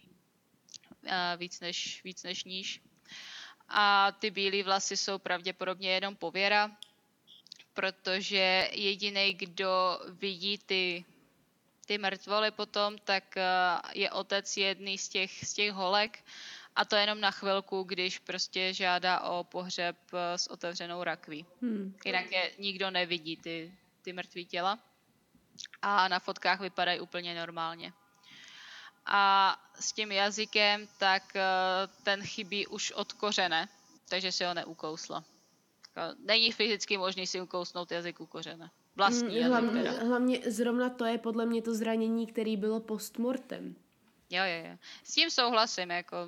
Speaker 3: víc než níž. A ty bílé vlasy jsou pravděpodobně jenom pověra, protože jediný, kdo vidí ty mrtvoly potom, tak je otec jedný z těch holek a to jenom na chvilku, když prostě žádá o pohřeb s otevřenou rakví. Jinak nikdo nevidí ty mrtvý těla a na fotkách vypadají úplně normálně. A s tím jazykem, tak ten chybí už od kořene, takže si ho neukousla. Není fyzicky možný si ukousnout jazyk u kořene. Vlastní
Speaker 2: hlavně zrovna to je podle mě to zranění, které bylo postmortem.
Speaker 3: Jo. S tím souhlasím, jako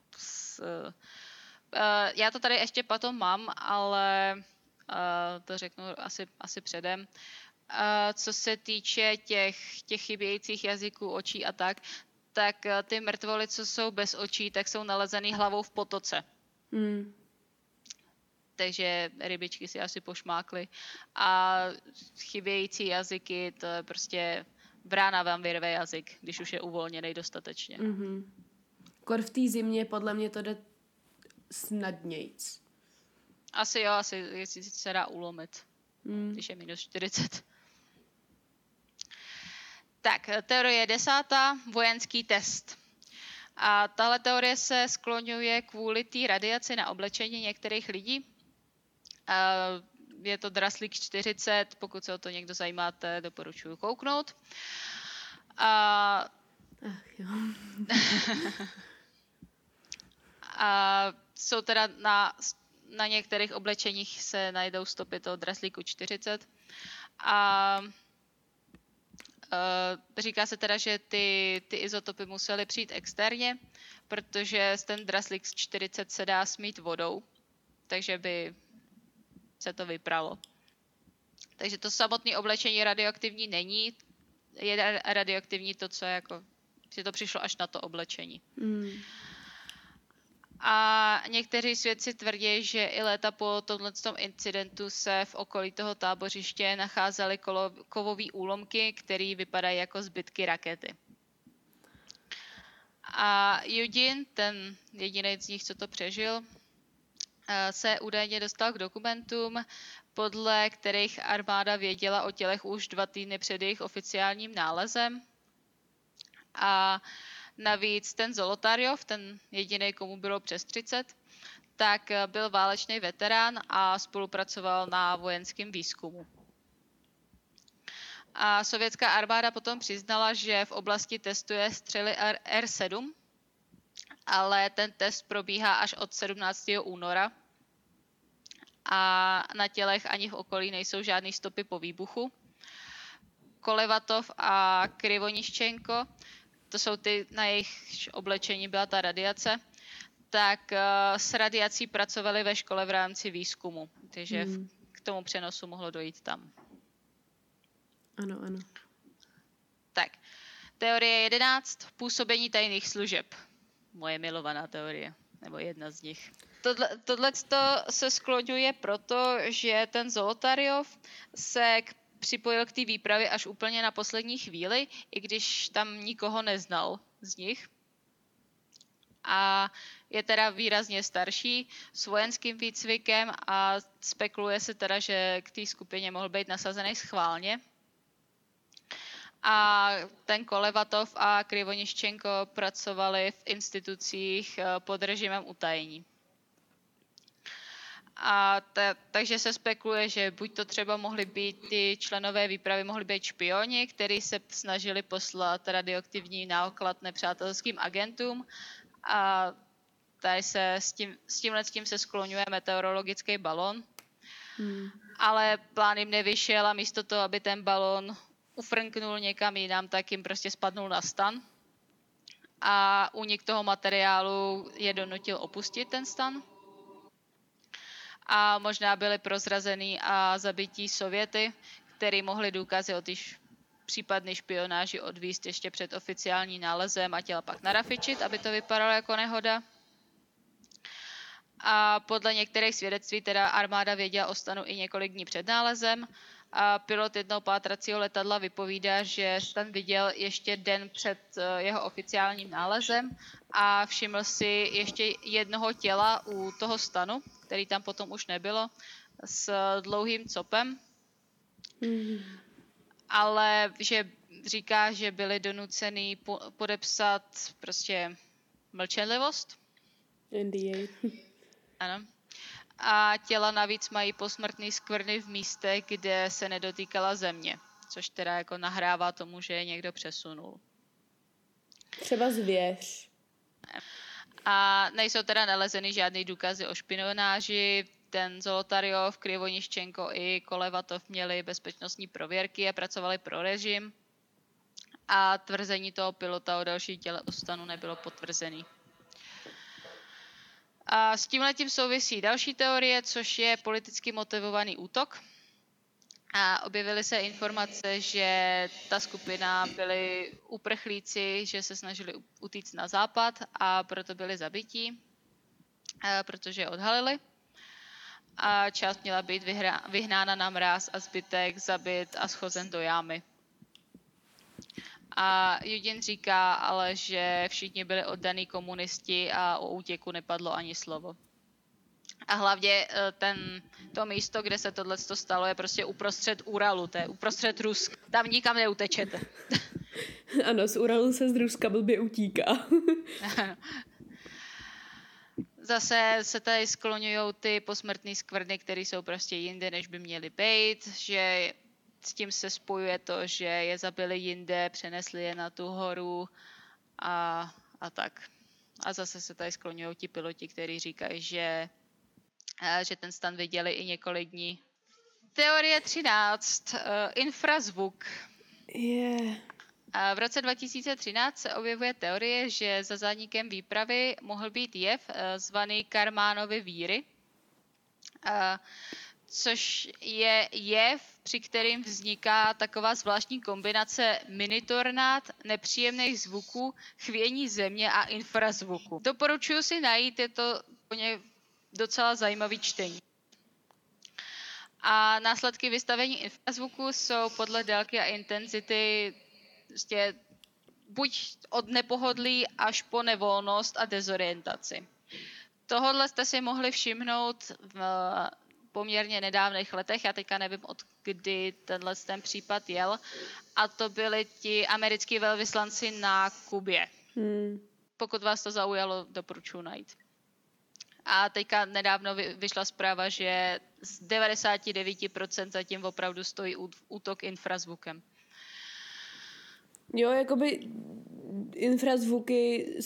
Speaker 3: já to tady ještě potom mám, ale to řeknu asi předem. Co se týče těch chybějících jazyků, očí a tak ty mrtvoly, co jsou bez očí, tak jsou nalezený hlavou v potoce. Takže rybičky si asi pošmákly. A chybějící jazyky, to je prostě brána vám vyrve jazyk, když už je uvolněný dostatečně.
Speaker 2: Kor v té zimě podle mě to jde snadnějc.
Speaker 3: Asi jo, asi se dá ulomit, když je -40. Tak, teorie 10. Vojenský test. A tahle teorie se skloňuje kvůli té radiaci na oblečení některých lidí. Je to Draslík 40, pokud se o to někdo zajímáte, doporučuji kouknout.
Speaker 2: Ach jo.
Speaker 3: A jsou teda na některých oblečeních se najdou stopy toho Draslíku 40. A říká se teda, že ty izotopy musely přijít externě, protože ten Draslík 40 se dá smít vodou, takže by se to vypralo. Takže to samotné oblečení radioaktivní není. Je radioaktivní to, co jako, že to přišlo až na to oblečení. A někteří svědci tvrdí, že i léta po tomto incidentu se v okolí toho tábořiště nacházely kovové úlomky, které vypadají jako zbytky rakety. A Eugene, ten jediný z nich, co to přežil, se údajně dostal k dokumentům, podle kterých armáda věděla o tělech už 2 týdny před jejich oficiálním nálezem. A navíc ten Zolotaryov, ten jediný, komu bylo přes 30, tak byl válečný veterán a spolupracoval na vojenském výzkumu. A sovětská armáda potom přiznala, že v oblasti testuje střely R-7, ale ten test probíhá až od 17. února a na tělech ani v okolí nejsou žádné stopy po výbuchu. Kolevatov a Krivoniščenko, to jsou ty, na jejich oblečení byla ta radiace, tak s radiací pracovali ve škole v rámci výzkumu, takže k tomu přenosu mohlo dojít tam.
Speaker 2: Ano.
Speaker 3: Tak, teorie 11. Působení tajných služeb. Moje milovaná teorie, nebo jedna z nich. Tohle se skloňuje proto, že ten Zolotaryov se připojil k té výpravě až úplně na poslední chvíli, i když tam nikoho neznal z nich. A je teda výrazně starší, s vojenským výcvikem a spekuluje se teda, že k té skupině mohl být nasazený schválně. A ten Kolevatov a Krivoniščenko pracovali v institucích pod režimem utajení. A takže se spekuluje, že buď to třeba mohli být ty členové výpravy, mohli být špioni, kteří se snažili poslat radioaktivní náklad nepřátelským agentům. A tady se s tímhle se skloňuje meteorologický balon. Ale plán jim nevyšel a místo toho, aby ten balon ufrnknul někam jinam, tak jim prostě spadnul na stan. A únik toho materiálu je donutil opustit ten stan. A možná byli prozrazený a zabití Sověty, který mohli důkazy o té případné špionáži odvízt ještě před oficiální nálezem a těla pak narafičit, aby to vypadalo jako nehoda. A podle některých svědectví teda armáda věděla o stanu i několik dní před nálezem. A pilot jednoho pátracího letadla vypovídá, že stan viděl ještě den před jeho oficiálním nálezem a všiml si ještě jednoho těla u toho stanu, který tam potom už nebylo, s dlouhým copem. Ale že říká, že byli donuceni podepsat prostě mlčenlivost.
Speaker 2: NDA.
Speaker 3: Ano. A těla navíc mají posmrtný skvrny v místech, kde se nedotýkala země, což teda jako nahrává tomu, že je někdo přesunul.
Speaker 2: Třeba zvěř.
Speaker 3: A nejsou teda nalezeny žádný důkazy o špionáži. Ten Zolotaryov, Krivoniščenko i Kolevatov měli bezpečnostní prověrky a pracovali pro režim. A tvrzení toho pilota o další těle u stanu nebylo potvrzený. A s tímhletím souvisí další teorie, což je politicky motivovaný útok. A objevily se informace, že ta skupina byli uprchlíci, že se snažili utíct na západ a proto byli zabití, protože je odhalili. A část měla být vyhnána na mráz a zbytek zabit a schozen do jámy. A Eugene říká ale, že všichni byli oddaný komunisti a o útěku nepadlo ani slovo. A hlavně to místo, kde se tohle stalo, je prostě uprostřed Uralu, to je uprostřed Ruska. Tam nikam neutečete.
Speaker 2: Ano, z Uralu se z Ruska blbě utíká.
Speaker 3: Zase se tady skloňují ty posmrtné skvrny, které jsou prostě jinde, než by měly být, že s tím se spojuje to, že je zabili jinde, přenesli je na tu horu a tak. A zase se tady skloňují ti piloti, kteří říkají, že ten stan viděli i několik dní. Teorie 13. Infrazvuk.
Speaker 2: Yeah.
Speaker 3: V roce 2013 se objevuje teorie, že za zánikem výpravy mohl být jev zvaný Karmanovy víry, což je jev, při kterým vzniká taková zvláštní kombinace minitornád, nepříjemných zvuků, chvění země a infrazvuku. Doporučuji si najít, je to docela zajímavý čtení. A následky vystavení infrazvuku jsou podle délky a intenzity prostě buď od nepohodlí až po nevolnost a dezorientaci. Tohodle jste si mohli všimnout v poměrně nedávných letech, já teďka nevím, od kdy ten případ jel, a to byli ti americký velvyslanci na Kubě. Pokud vás to zaujalo, doporučuji najít. A teďka nedávno vyšla zpráva, že z 99% zatím opravdu stojí útok infrazvukem.
Speaker 2: Jo, jakoby infrazvuky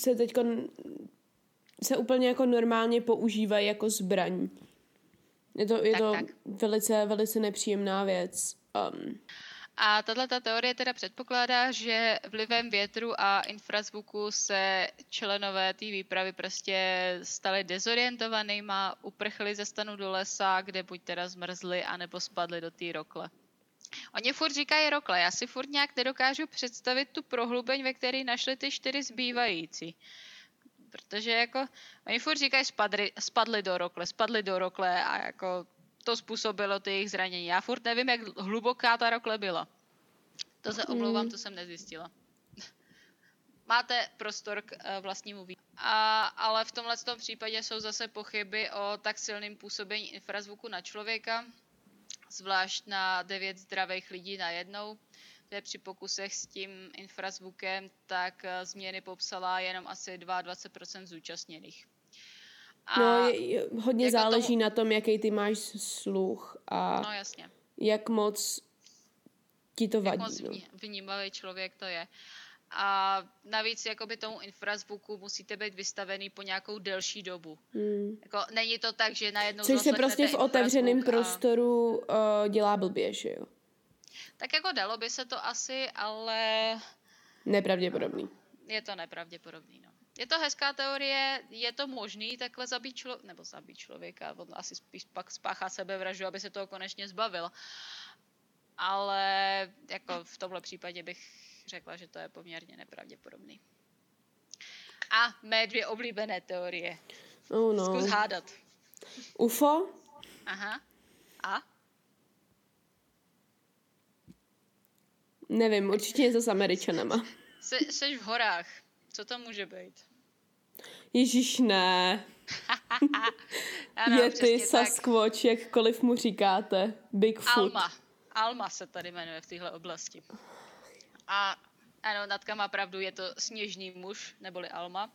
Speaker 2: se úplně jako normálně používají jako zbraň. Je to velice, velice nepříjemná věc.
Speaker 3: A tato teorie teda předpokládá, že vlivem větru a infrazvuku se členové té výpravy prostě stali dezorientovanýma, uprchli ze stanu do lesa, kde buď teda zmrzli, anebo spadli do té rokle. Oni furt říkají rokle, já si furt nějak nedokážu představit tu prohlubeň, ve které našli ty 4 zbývající. Protože jako, oni furt říkají spadli do rokle a jako to způsobilo ty jejich zranění. Já furt nevím, jak hluboká ta rokle byla. To se omlouvám, to jsem nezjistila. Máte prostor k vlastnímu výkladu. Ale v tomhle případě jsou zase pochyby o tak silném působení infrazvuku na člověka, zvlášť na 9 zdravých lidí najednou. Při pokusech s tím infrazvukem, tak změny popsala jenom asi 22% zúčastněných.
Speaker 2: Je hodně jako záleží na tom, jaký ty máš sluch a
Speaker 3: jasně.
Speaker 2: Jak moc ti to vadí.
Speaker 3: Jak moc vnímavý člověk to je. A navíc jakoby tomu infrazvuku musíte být vystavený po nějakou delší dobu. Jako, není to tak, že najednou
Speaker 2: což se prostě v otevřeném prostoru dělá blbě, že jo?
Speaker 3: Tak jako dalo by se to asi, ale...
Speaker 2: Nepravděpodobný.
Speaker 3: Je to nepravděpodobný, no. Je to hezká teorie, je to možný takhle zabít člověka, on asi spíš pak spáchá sebevraždu, aby se toho konečně zbavil. Ale jako v tomhle případě bych řekla, že to je poměrně nepravděpodobný. A mé 2 oblíbené teorie.
Speaker 2: Oh no.
Speaker 3: Zkus hádat.
Speaker 2: UFO?
Speaker 3: Aha. A?
Speaker 2: Nevím, určitě něco s Američanama.
Speaker 3: Seš v horách. Co to může být?
Speaker 2: Ježiš, ne.
Speaker 3: Ano,
Speaker 2: Yeti, Sasquatch, jakkoliv mu říkáte. Bigfoot.
Speaker 3: Alma se tady jmenuje v téhle oblasti. A ano, Natka má pravdu, je to sněžný muž, neboli Alma.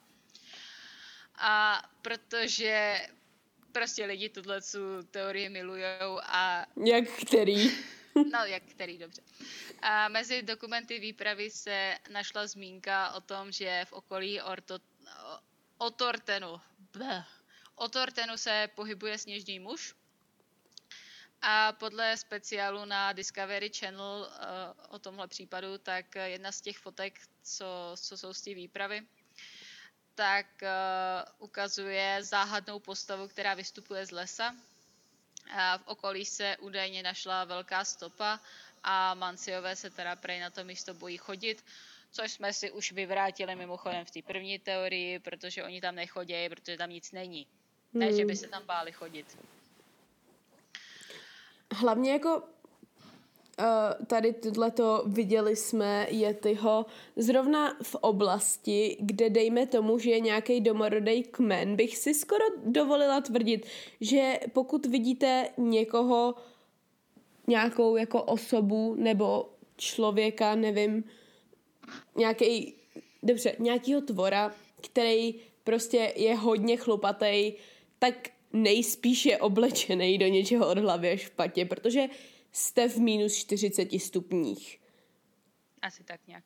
Speaker 3: A protože prostě lidi tuhle teorii milujou a...
Speaker 2: Jak který?
Speaker 3: No, jak který, dobře. A mezi dokumenty výpravy se našla zmínka o tom, že v okolí Otortenu se pohybuje sněžný muž. A podle speciálu na Discovery Channel o tomhle případu, tak jedna z těch fotek, co jsou z té výpravy, tak ukazuje záhadnou postavu, která vystupuje z lesa. A v okolí se údajně našla velká stopa a Manciové se teda prej na to místo bojí chodit, což jsme si už vyvrátili mimochodem v té první teorii, protože oni tam nechodí, protože tam nic není. Ne, že by se tam báli chodit.
Speaker 2: Hlavně jako tady tohleto viděli jsme Yetiho zrovna v oblasti, kde dejme tomu, že je nějaký domorodý kmen, bych si skoro dovolila tvrdit, že pokud vidíte někoho, nějakou jako osobu nebo člověka, nevím, nějakýho tvora, který prostě je hodně chlupatej, tak nejspíš je oblečený do něčeho od hlavy až v patě, protože jste v minus 40 stupních.
Speaker 3: Asi tak nějak.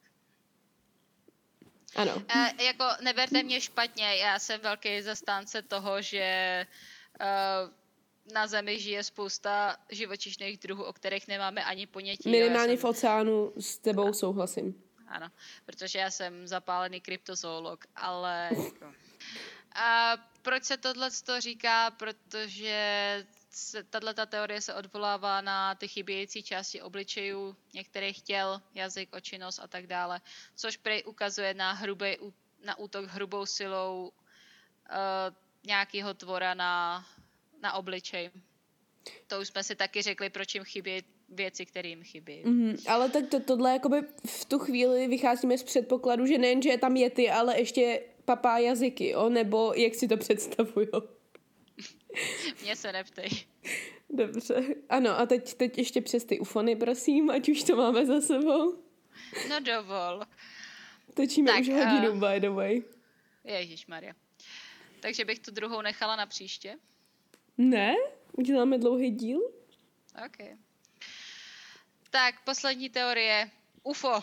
Speaker 2: Ano.
Speaker 3: Jako neberte mě špatně, já jsem velký zastánce toho, že na Zemi žije spousta živočišných druhů, o kterých nemáme ani ponětí.
Speaker 2: Minimálně v oceánu s tebou souhlasím.
Speaker 3: Ano, protože já jsem zapálený kryptozoolog, ale... A proč se tohle říká? Protože tato teorie se odvolává na ty chybějící části obličejů některých těl, jazyk, oči, nos a tak dále, což prej ukazuje na útok hrubou silou nějakého tvora na obličej. To už jsme si taky řekli, proč jim chybí věci, které jim chybí.
Speaker 2: Ale tak tohle jakoby v tu chvíli vycházíme z předpokladu, že nejen, že je tam Yeti, ale ještě papá jazyky, jo? Nebo jak si to představujou?
Speaker 3: Mně se neptej.
Speaker 2: Dobře. Ano, a teď ještě přes ty ufony, prosím, ať už to máme za sebou.
Speaker 3: No dovol.
Speaker 2: Točíme tak, už hodinu, by the way.
Speaker 3: Ježišmarja. Takže bych tu druhou nechala na příště?
Speaker 2: Ne? Uděláme dlouhý díl?
Speaker 3: OK. Tak, poslední teorie. UFO.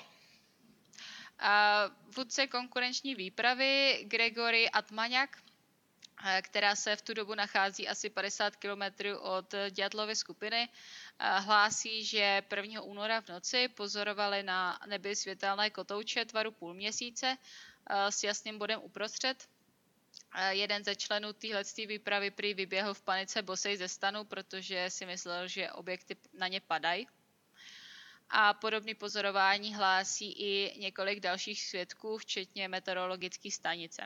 Speaker 3: Vůdce konkurenční výpravy Gregory Atmaňák, která se v tu dobu nachází asi 50 kilometrů od Ďatlovy skupiny, hlásí, že 1. února v noci pozorovali na nebi světelné kotouče tvaru půlměsíce s jasným bodem uprostřed. Jeden ze členů téhleté výpravy prý vyběhl v panice bosej ze stanu, protože si myslel, že objekty na ně padají. A podobné pozorování hlásí i několik dalších svědků, včetně meteorologické stanice.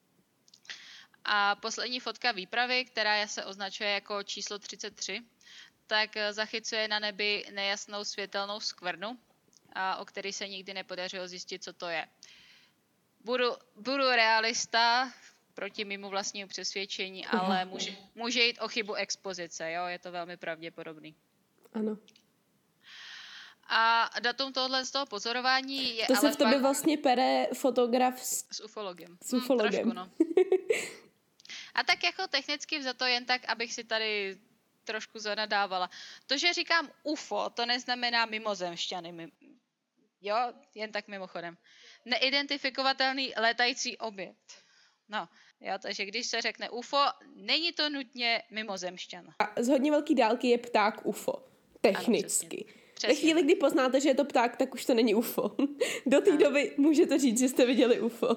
Speaker 3: A poslední fotka výpravy, která se označuje jako číslo 33, tak zachycuje na nebi nejasnou světelnou skvrnu, o který se nikdy nepodařilo zjistit, co to je. Budu realista proti mému vlastnímu přesvědčení, ale může jít o chybu expozice, jo? Je to velmi pravděpodobný.
Speaker 2: Ano.
Speaker 3: A datum tohle z toho pozorování je
Speaker 2: to se v tobě vlastně pere fotograf
Speaker 3: s ufologem.
Speaker 2: S ufologem.
Speaker 3: Trošku, no. A tak jako technicky vzato jen tak, abych si tady trošku zanadávala. To, že říkám UFO, to neznamená mimozemšťany. Jo, jen tak mimochodem. Neidentifikovatelný létající objekt. No, jo, takže když se řekne UFO, není to nutně mimozemšťan.
Speaker 2: A z hodně velký dálky je pták UFO. Technicky.
Speaker 3: Ano,
Speaker 2: Ve chvíli, kdy poznáte, že je to pták, tak už to není UFO. Do té doby můžete říct, že jste viděli UFO.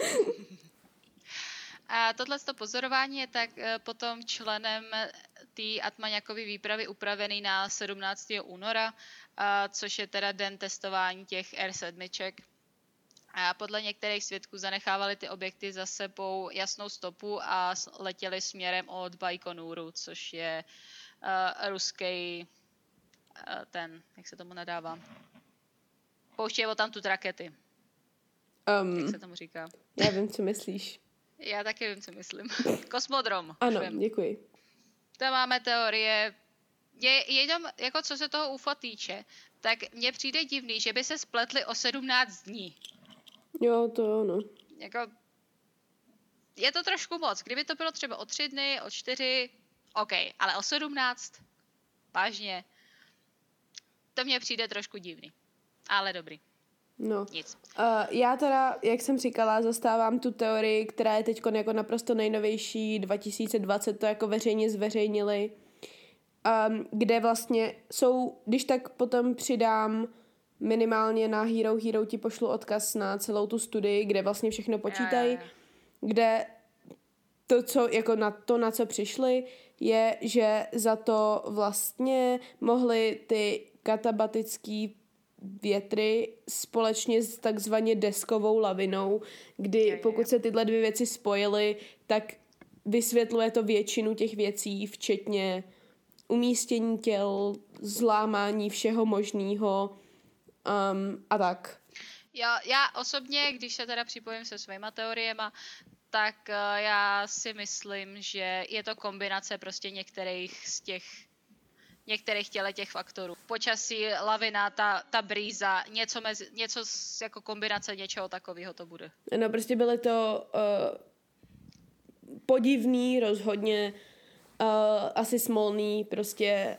Speaker 3: A tohleto pozorování je tak potom členem té Atmaňákovy výpravy upravený na 17. února, což je teda den testování těch R7. A podle některých svědků zanechávali ty objekty za sebou jasnou stopu a letěli směrem od Bajkonuru, což je ruský jak se tomu nadává? Pouštějí odtamtud rakety. Jak se tomu říká?
Speaker 2: Já vím, co myslíš.
Speaker 3: Já taky vím, co myslím. Kosmodrom.
Speaker 2: Ano, děkuji.
Speaker 3: To máme teorie. Jenom, jako co se toho UFO týče, tak mně přijde divný, že by se spletli o 17 dní.
Speaker 2: Jo, to ano.
Speaker 3: Jako, je to trošku moc. Kdyby to bylo třeba o 3 dny, o 4, OK, ale o 17, vážně, to mně přijde trošku divný. Ale dobrý.
Speaker 2: No.
Speaker 3: Nic.
Speaker 2: Já teda, jak jsem říkala, zastávám tu teorii, která je teď jako naprosto nejnovější, 2020 to jako veřejně zveřejnili, kde vlastně jsou, když tak potom přidám minimálně na Hero ti pošlu odkaz na celou tu studii, kde vlastně všechno počítají, kde to, co, jako na co přišli, je, že za to vlastně mohly ty katabatický větry společně s takzvaně deskovou lavinou, kdy pokud se tyhle dvě věci spojily, tak vysvětluje to většinu těch věcí, včetně umístění těl, zlámání všeho možného a tak.
Speaker 3: Já osobně, když se teda připojím se svýma teoriema, tak já si myslím, že je to kombinace prostě některých těch faktorů. Počasí, lavina, ta brýza, něco jako kombinace něčeho takového to bude.
Speaker 2: No prostě byly to podivný, rozhodně asi smolný, prostě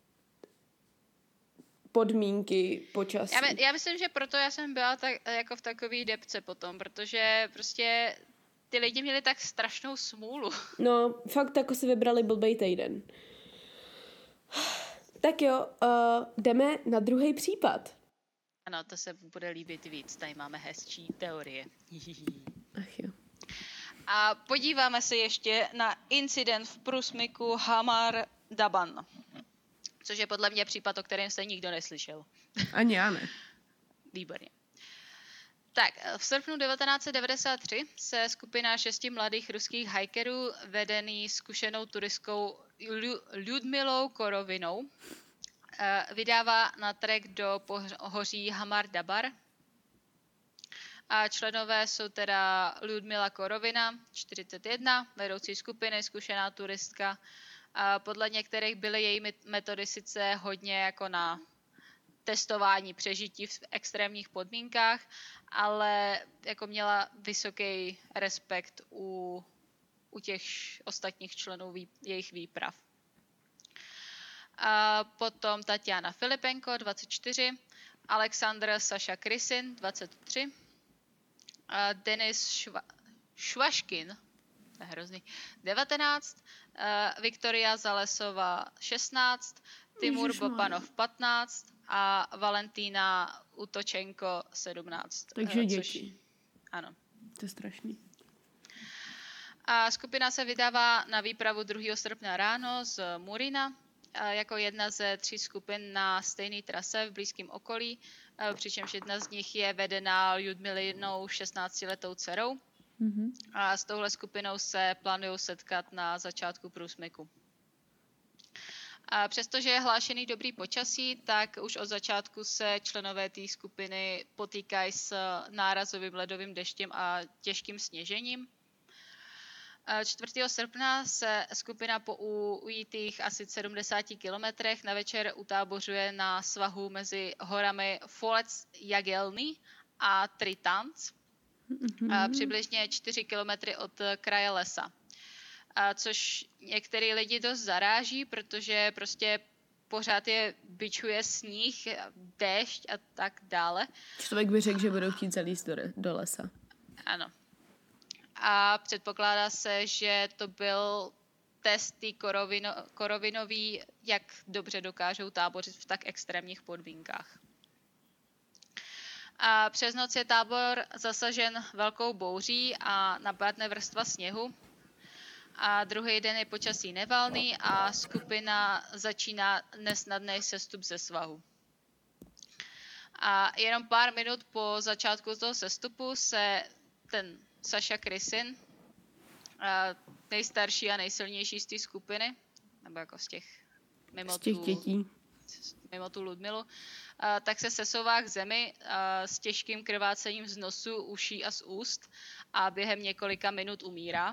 Speaker 2: podmínky počasí.
Speaker 3: Já myslím, že proto já jsem byla tak, jako v takové depce potom, protože prostě ty lidi měli tak strašnou smůlu.
Speaker 2: No, fakt jako si vybrali blbej týden. Tak jo, jdeme na druhý případ.
Speaker 3: Ano, to se bude líbit víc. Tady máme hezčí teorie.
Speaker 2: Ach jo.
Speaker 3: A podíváme se ještě na incident v průsmyku Hamar Daban. Což je podle mě případ, o kterém jste nikdo neslyšel.
Speaker 2: Ani já ne.
Speaker 3: Výborně. Tak, v srpnu 1993 se skupina 6 mladých ruských hikerů vedený zkušenou turistkou Lyudmilou Korovinou vydává na trek do pohoří Hamar Dabar. A členové jsou teda Lyudmila Korovina, 41, vedoucí skupiny, zkušená turistka. A podle některých byly její metody sice hodně jako na testování přežití v extrémních podmínkách, ale jako měla vysoký respekt u těch ostatních členů jejich výprav. A potom Tatiana Filipenko, 24, Alexandr Saša Krysin, 23, a Denis Švaškin, to je hrozný, 19, Viktoria Zalesová, 16, Timur Bopanov, 15 a Valentína Utočenko, 17.
Speaker 2: Takže děti.
Speaker 3: Ano.
Speaker 2: To je strašný.
Speaker 3: A skupina se vydává na výpravu 2. srpna ráno z Murina jako jedna ze 3 skupin na stejné trase v blízkém okolí, přičemž jedna z nich je vedená Lyudmilinou 16letou dcerou. Mm-hmm. A s touhle skupinou se plánují setkat na začátku průsmyku. A přestože je hlášený dobrý počasí, tak už od začátku se členové té skupiny potýkají s nárazovým ledovým deštěm a těžkým sněžením. 4. srpna se skupina po ujitých asi 70 kilometrech na večer utábořuje na svahu mezi horami Folec Jagelny a Tritanc, přibližně 4 kilometry od kraje lesa. Což některý lidi dost zaráží, protože prostě pořád je bičuje sníh, déšť a tak dále.
Speaker 2: Člověk by řekl, že budou chtít zalízt do lesa.
Speaker 3: Ano. A předpokládá se, že to byl test tý Korovinový, jak dobře dokážou tábořit v tak extrémních podmínkách. A přes noc je tábor zasažen velkou bouří a napadne vrstva sněhu. A druhý den je počasí nevalný a skupina začíná nesnadný sestup ze svahu. A jenom pár minut po začátku toho sestupu se ten Saša Krysin, nejstarší a nejsilnější z té skupiny, nebo jako z těch
Speaker 2: dětí,
Speaker 3: mimo tu Lyudmilu, tak se sesouvá k zemi s těžkým krvácením z nosu, uší a z úst a během několika minut umírá.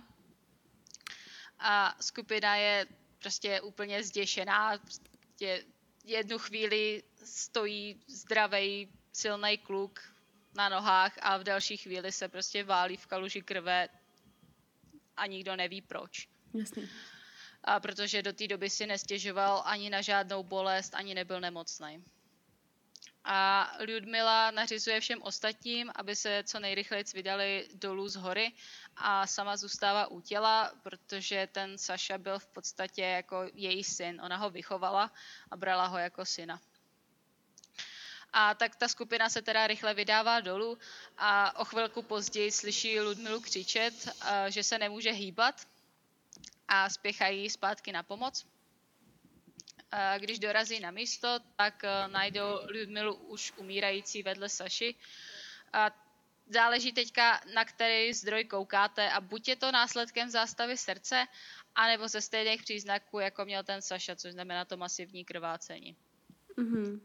Speaker 3: A skupina je prostě úplně zděšená. Prostě jednu chvíli stojí zdravý, silný kluk na nohách a v další chvíli se prostě válí v kaluži krve a nikdo neví proč.
Speaker 2: Jasně.
Speaker 3: A protože do té doby si nestěžoval ani na žádnou bolest, ani nebyl nemocný. A Lyudmila nařizuje všem ostatním, aby se co nejrychleji vydali dolů z hory a sama zůstává u těla, protože ten Saša byl v podstatě jako její syn. Ona ho vychovala a brala ho jako syna. A tak ta skupina se teda rychle vydává dolů a o chvilku později slyší Lyudmilu křičet, že se nemůže hýbat a spěchají zpátky na pomoc. Když dorazí na místo, tak najdou Lyudmilu už umírající vedle Saši. Záleží teďka, na který zdroj koukáte a buď je to následkem zástavy srdce, anebo ze stejných příznaků, jako měl ten Saša, což znamená to masivní krvácení. Mm-hmm.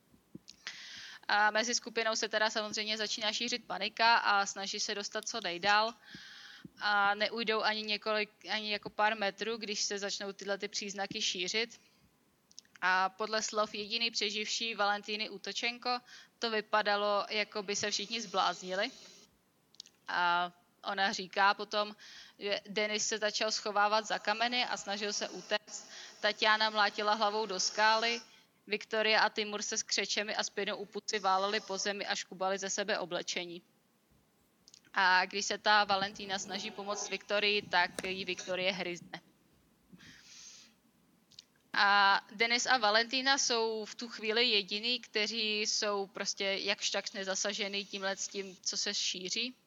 Speaker 3: A mezi skupinou se teda samozřejmě začíná šířit panika a snaží se dostat co nejdál. A neujdou ani jako pár metrů, když se začnou tyhle ty příznaky šířit. A podle slov jediný přeživší Valentíny Utočenko to vypadalo, jako by se všichni zbláznili. A ona říká potom, že Denis se začal schovávat za kameny a snažil se utéct. Tatiana mlátila hlavou do skály, Viktoria a Timur se s křečemi a spinou u puci váleli po zemi a škubali ze sebe oblečení. A když se ta Valentína snaží pomoct Viktorii, tak jí Viktorie hryzne. A Denis a Valentína jsou v tu chvíli jediný, kteří jsou prostě jakž tak nezasažený tím, co se šíří.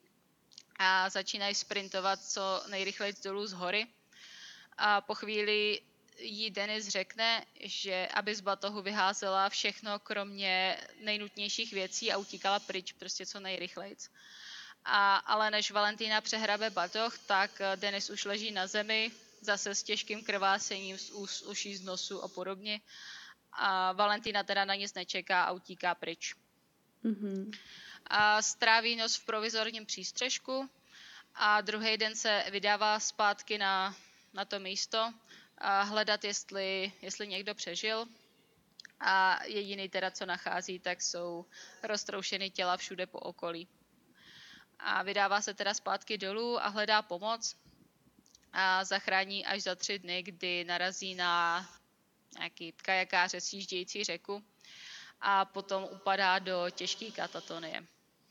Speaker 3: A začínají sprintovat co nejrychleji dolů z hory. A po chvíli jí Denis řekne, že aby z batohu vyházela všechno, kromě nejnutnějších věcí a utíkala pryč prostě co nejrychlejc. Ale než Valentína přehrabe batoh, tak Denis už leží na zemi, zase s těžkým krvácením z úst, uší, z nosu a podobně. A Valentína teda na nic nečeká a utíká pryč. A stráví noc v provizorním přístřešku a druhý den se vydává zpátky na to místo a hledat, jestli někdo přežil. A jediný teda, co nachází, tak jsou roztroušený těla všude po okolí. A vydává se teda zpátky dolů a hledá pomoc a zachrání až za 3 dny, kdy narazí na nějaký kajakáře sjíždějící řeku a potom upadá do těžké katatonie.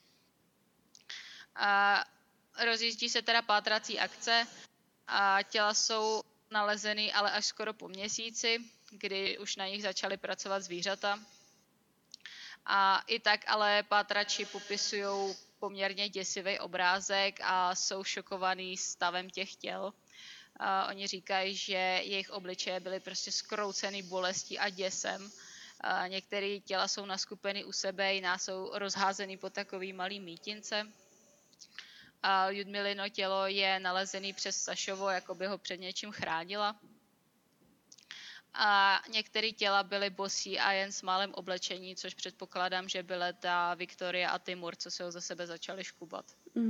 Speaker 3: A rozjíždí se teda pátrací akce a těla jsou nalezeny ale až skoro po měsíci, kdy už na nich začaly pracovat zvířata. A i tak ale pátrači popisují poměrně děsivý obrázek a jsou šokovaný stavem těch těl. Oni říkají, že jejich obličeje byly prostě zkroucený bolestí a děsem. Některé těla jsou naskupeny u sebe, jiná jsou rozházený po takový malý mítince. A Ljudmilino tělo je nalezený přes Sašovo, jako by ho před něčím chránila. A některé těla byly bosí a jen s málem oblečení, což předpokládám, že byly ta Viktoria a Timur, co se ho za sebe začali škubat.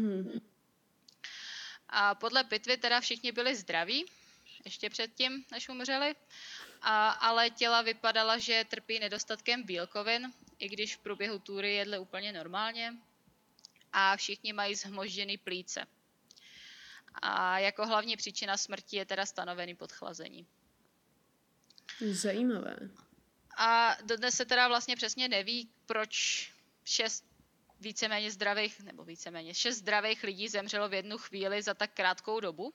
Speaker 3: A podle pitvy teda všichni byli zdraví, ještě předtím, než umřeli, ale těla vypadala, že trpí nedostatkem bílkovin, i když v průběhu túry jedli úplně normálně. A všichni mají zhmožděný plíce. A jako hlavní příčina smrti je teda stanovený podchlazení.
Speaker 2: Zajímavé.
Speaker 3: A dodnes se teda vlastně přesně neví, proč 6 zdravých lidí zemřelo v jednu chvíli za tak krátkou dobu.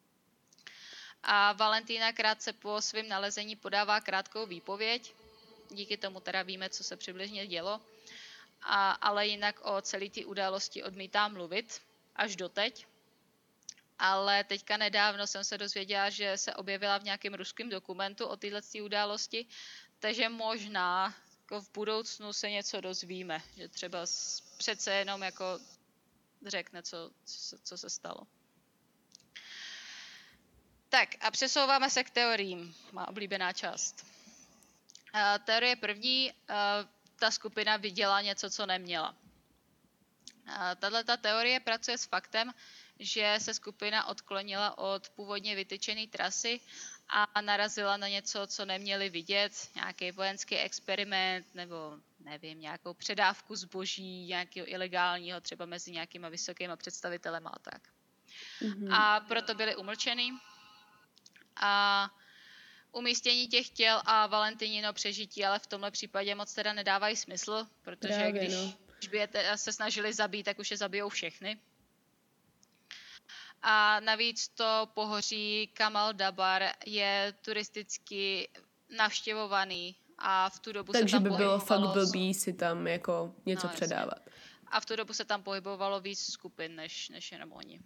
Speaker 3: A Valentína krátce po svém nalezení podává krátkou výpověď. Díky tomu teda víme, co se přibližně dělo. Ale jinak o celé té události odmítá mluvit, až doteď. Ale teďka nedávno jsem se dozvěděla, že se objevila v nějakém ruském dokumentu o této události, takže možná jako v budoucnu se něco dozvíme, že třeba přece jenom jako řekne, co se stalo. Tak a přesouváme se k teoriím, má oblíbená část. Teorie první, ta skupina viděla něco, co neměla. Tato teorie pracuje s faktem, že se skupina odklonila od původně vytyčené trasy a narazila na něco, co neměli vidět, nějaký vojenský experiment nebo nevím, nějakou předávku zboží, nějakého ilegálního, třeba mezi nějakýma vysokýma představitelema a tak. A proto byli umlčený. A umístění těch těl a Valentinino přežití, ale v tomhle případě moc teda nedávají smysl, protože když by je se snažili zabít, tak už je zabijou všechny. A navíc to pohoří Kamal Dabar je turisticky navštěvovaný a v tu dobu
Speaker 2: takže
Speaker 3: se tam
Speaker 2: by bylo fakt blbý si tam jako něco předávat.
Speaker 3: A v tu dobu se tam pohybovalo víc skupin, než jenom oni.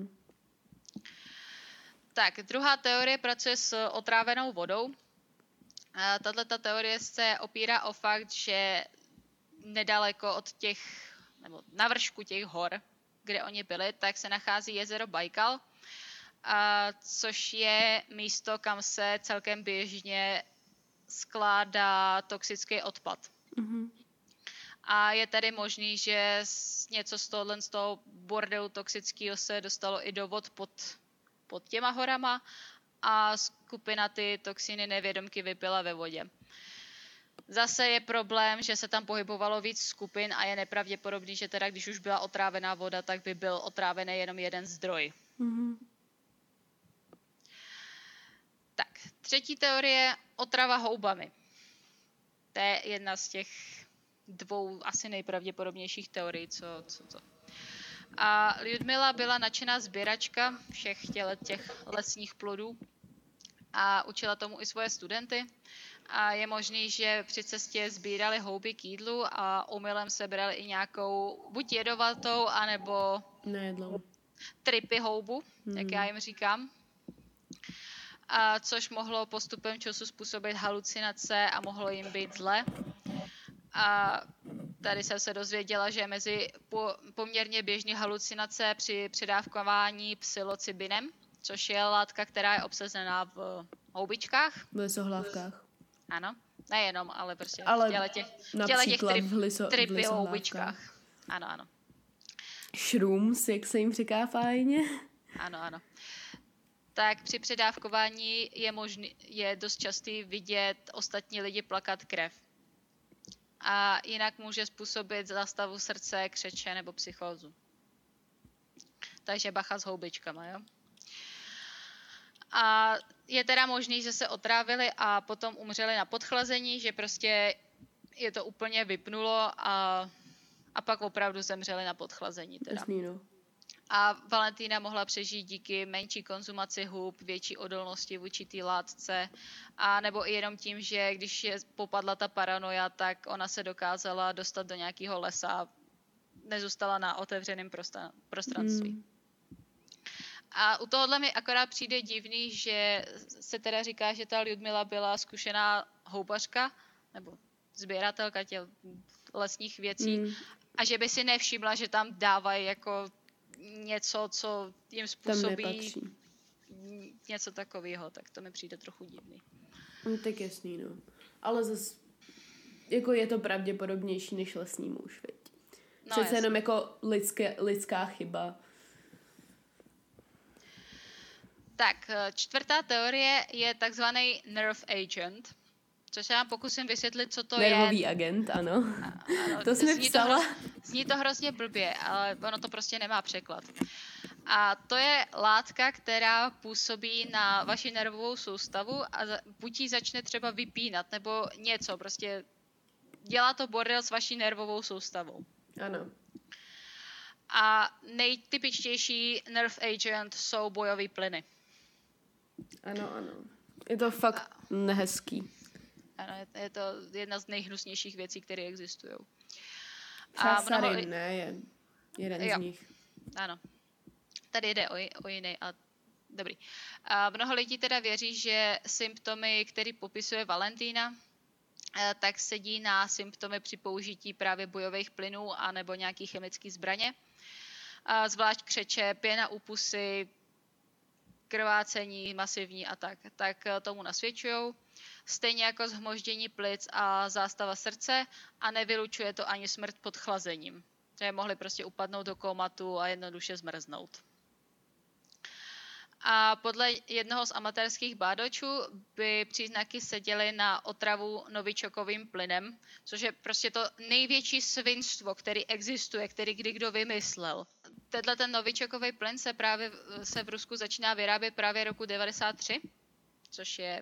Speaker 3: Tak, druhá teorie pracuje s otrávenou vodou. Tato teorie se opírá o fakt, že nedaleko od nebo na vršku těch hor, kde oni byli, tak se nachází jezero Bajkal, což je místo, kam se celkem běžně skládá toxický odpad. A je tedy možný, že něco z toho bordelu toxického se dostalo i do vod pod těma horama a skupina ty toxiny nevědomky vypila ve vodě. Zase je problém, že se tam pohybovalo víc skupin a je nepravděpodobný, že teda když už byla otrávená voda, tak by byl otrávený jenom jeden zdroj. Tak, třetí teorie, otrava houbami. To je jedna z těch 2 asi nejpravděpodobnějších teorií, co. A Ljudmila byla nadšená sběračka všech těch lesních plodů a učila tomu i svoje studenty. A je možný, že při cestě sbírali houby k jídlu a omylem sebrali i nějakou buď jedovatou, anebo
Speaker 2: nejedlou
Speaker 3: tripy houbu, jak já jim říkám. a což mohlo postupem času způsobit halucinace a mohlo jim být zle. A tady jsem se dozvěděla, že mezi poměrně běžné halucinace při předávkování psilocybinem, což je látka, která je obsazená v houbičkách.
Speaker 2: V lesohlávkách.
Speaker 3: Ano, nejenom, ale prostě
Speaker 2: ale
Speaker 3: v těle těch
Speaker 2: v
Speaker 3: tripy houbičkách. Ano, ano.
Speaker 2: Shrooms, jak se jim říká fajně.
Speaker 3: Ano. Tak při předávkování je dost častý vidět ostatní lidi plakat krev. A jinak může způsobit zástavu srdce, křeče nebo psychózu. Takže bacha s houbičkama, jo. A je teda možný, že se otrávili a potom umřeli na podchlazení, že prostě je to úplně vypnulo a pak opravdu zemřeli na podchlazení. Teda.
Speaker 2: Jasný, no.
Speaker 3: A Valentína mohla přežít díky menší konzumaci hub, větší odolnosti vůči té látce, a nebo i jenom tím, že když je popadla ta paranoja, tak ona se dokázala dostat do nějakého lesa, nezůstala na otevřeném prostranství. A u tohohle mi akorát přijde divný, že se teda říká, že ta Ljudmila byla zkušená houbařka, nebo sběratelka těch lesních věcí, a že by si nevšimla, že tam dávají jako něco, co jim způsobí něco takového, tak to mi přijde trochu divný.
Speaker 2: No, tak jasný, no. Ale zase jako je to pravděpodobnější než lesní muž, viď?
Speaker 3: No,
Speaker 2: přece jenom jako lidská chyba.
Speaker 3: Tak, čtvrtá teorie je takzvaný nerve agent, což se vám pokusím vysvětlit, co to je.
Speaker 2: Nervový agent, ano.
Speaker 3: Ano,
Speaker 2: to jsme psala.
Speaker 3: Zní to hrozně blbě, ale ono to prostě nemá překlad. A to je látka, která působí na vaši nervovou soustavu a buď ji začne třeba vypínat, nebo něco, prostě dělá to bordel s vaší nervovou soustavou.
Speaker 2: Ano.
Speaker 3: A nejtypičtější nerve agent jsou bojové plyny.
Speaker 2: Ano. Je to fakt nehezký.
Speaker 3: Ano, je to jedna z nejhnusnějších věcí, které existují.
Speaker 2: Třeba sarin, ne, je jeden z nich.
Speaker 3: Ano. Tady jde o jiný. Dobrý. A mnoho lidí teda věří, že symptomy, které popisuje Valentína, tak sedí na symptomy při použití právě bojových plynů anebo nějaký chemické zbraně. A zvlášť křeče, pěna u pusy, krvácení masivní a tak tomu nasvědčujou. Stejně jako zhmoždění plic a zástava srdce, a nevylučuje to ani smrt pod chlazením. Že mohli prostě upadnout do komatu a jednoduše zmrznout. A podle jednoho z amatérských bádačů by příznaky seděly na otravu novičokovým plynem, což je prostě to největší svinstvo, který existuje, který kdo vymyslel. Ten novičokový plyn se v Rusku začíná vyrábět právě roku 1993, což je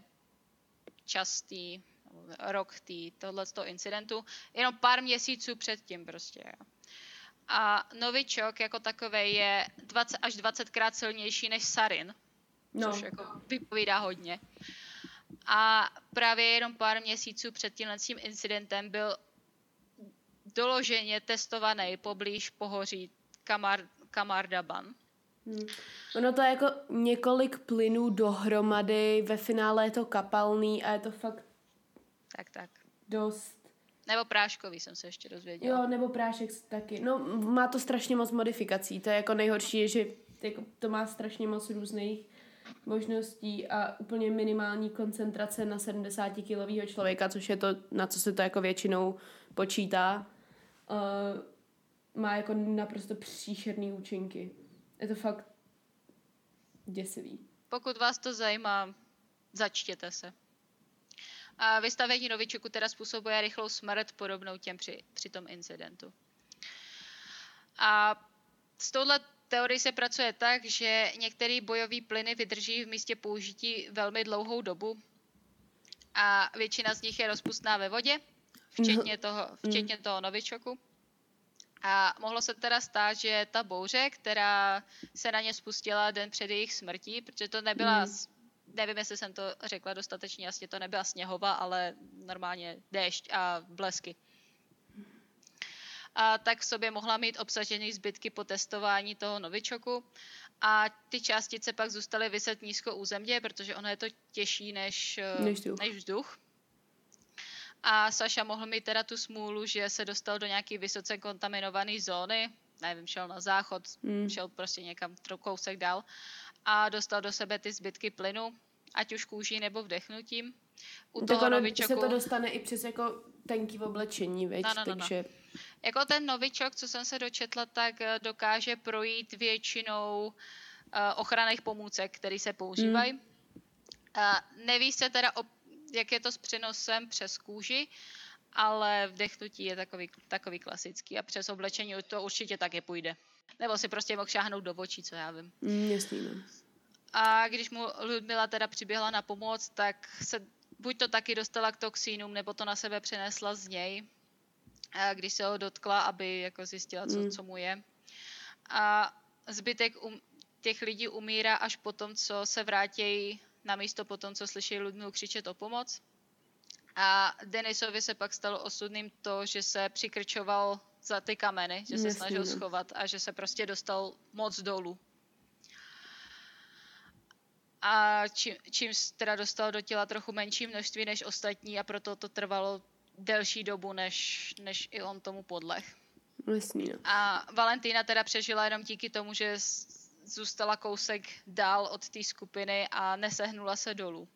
Speaker 3: rok tohoto incidentu, jenom pár měsíců předtím prostě. Jo. A novičok jako takovej je 20 až 20krát silnější než sarin, což jako vypovídá hodně. A právě jenom pár měsíců před tímhle incidentem byl doloženě testovaný poblíž pohoří Kamardaban.
Speaker 2: Ono to je jako několik plynů dohromady, ve finále je to kapalný a je to fakt
Speaker 3: tak.
Speaker 2: dost.
Speaker 3: Nebo práškový jsem se ještě dozvěděla.
Speaker 2: Jo, nebo prášek taky. No, má to strašně moc modifikací. To je jako nejhorší, že jako to má strašně moc různých možností a úplně minimální koncentrace na 70-kilového člověka, což je to, na co se to jako většinou počítá. Má jako naprosto příšerný účinky. Je to fakt děsivý.
Speaker 3: Pokud vás to zajímá, začtěte se. A vystavení novičoku teda způsobuje rychlou smrt podobnou těm při tom incidentu. A s touhle teorií se pracuje tak, že některé bojové plyny vydrží v místě použití velmi dlouhou dobu a většina z nich je rozpustná ve vodě, včetně toho novičoku. A mohlo se teda stát, že ta bouře, která se na ně spustila den před jejich smrtí, protože to nebyla, nevím, jestli jsem to řekla dostatečně jasně, to nebyla sněhová, ale normálně déšť a blesky. A tak v sobě mohla mít obsažený zbytky po testování toho novičoku a ty částice pak zůstaly vyset nízko u země, protože ono je to těžší než vzduch. A Saša mohl mít teda tu smůlu, že se dostal do nějaký vysoce kontaminované zóny, nevím, šel na záchod, šel prostě někam kousek dál a dostal do sebe ty zbytky plynu, ať už kůží nebo vdechnutím. U toho novičoku
Speaker 2: se to dostane i přes jako tenký oblečení, veď? Takže...
Speaker 3: Jako ten novičok, co jsem se dočetla, tak dokáže projít většinou ochranných pomůcek, které se používají. Neví se teda, jak je to s přenosem přes kůži, ale vdechnutí je takový klasický a přes oblečení to určitě taky půjde. Nebo si prostě mohl šáhnout do očí, co já vím.
Speaker 2: Jasný, no.
Speaker 3: A když mu Ludmila teda přiběhla na pomoc, tak se buď to taky dostala k toxínům, nebo to na sebe přenesla z něj, když se ho dotkla, aby jako zjistila, co mu je. A zbytek těch lidí umírá až potom, co se vrátí na místo, potom, co slyší Ludmilu křičet o pomoc. A Denisovi se pak stalo osudným to, že se přikrčoval za ty kameny, že se snažil schovat a že se prostě dostal moc dolů. A čím teda dostal do těla trochu menší množství než ostatní a proto to trvalo delší dobu, než i on tomu podleh.
Speaker 2: Jasný, no.
Speaker 3: A Valentína teda přežila jenom díky tomu, že zůstala kousek dál od té skupiny a nesehnula se dolů.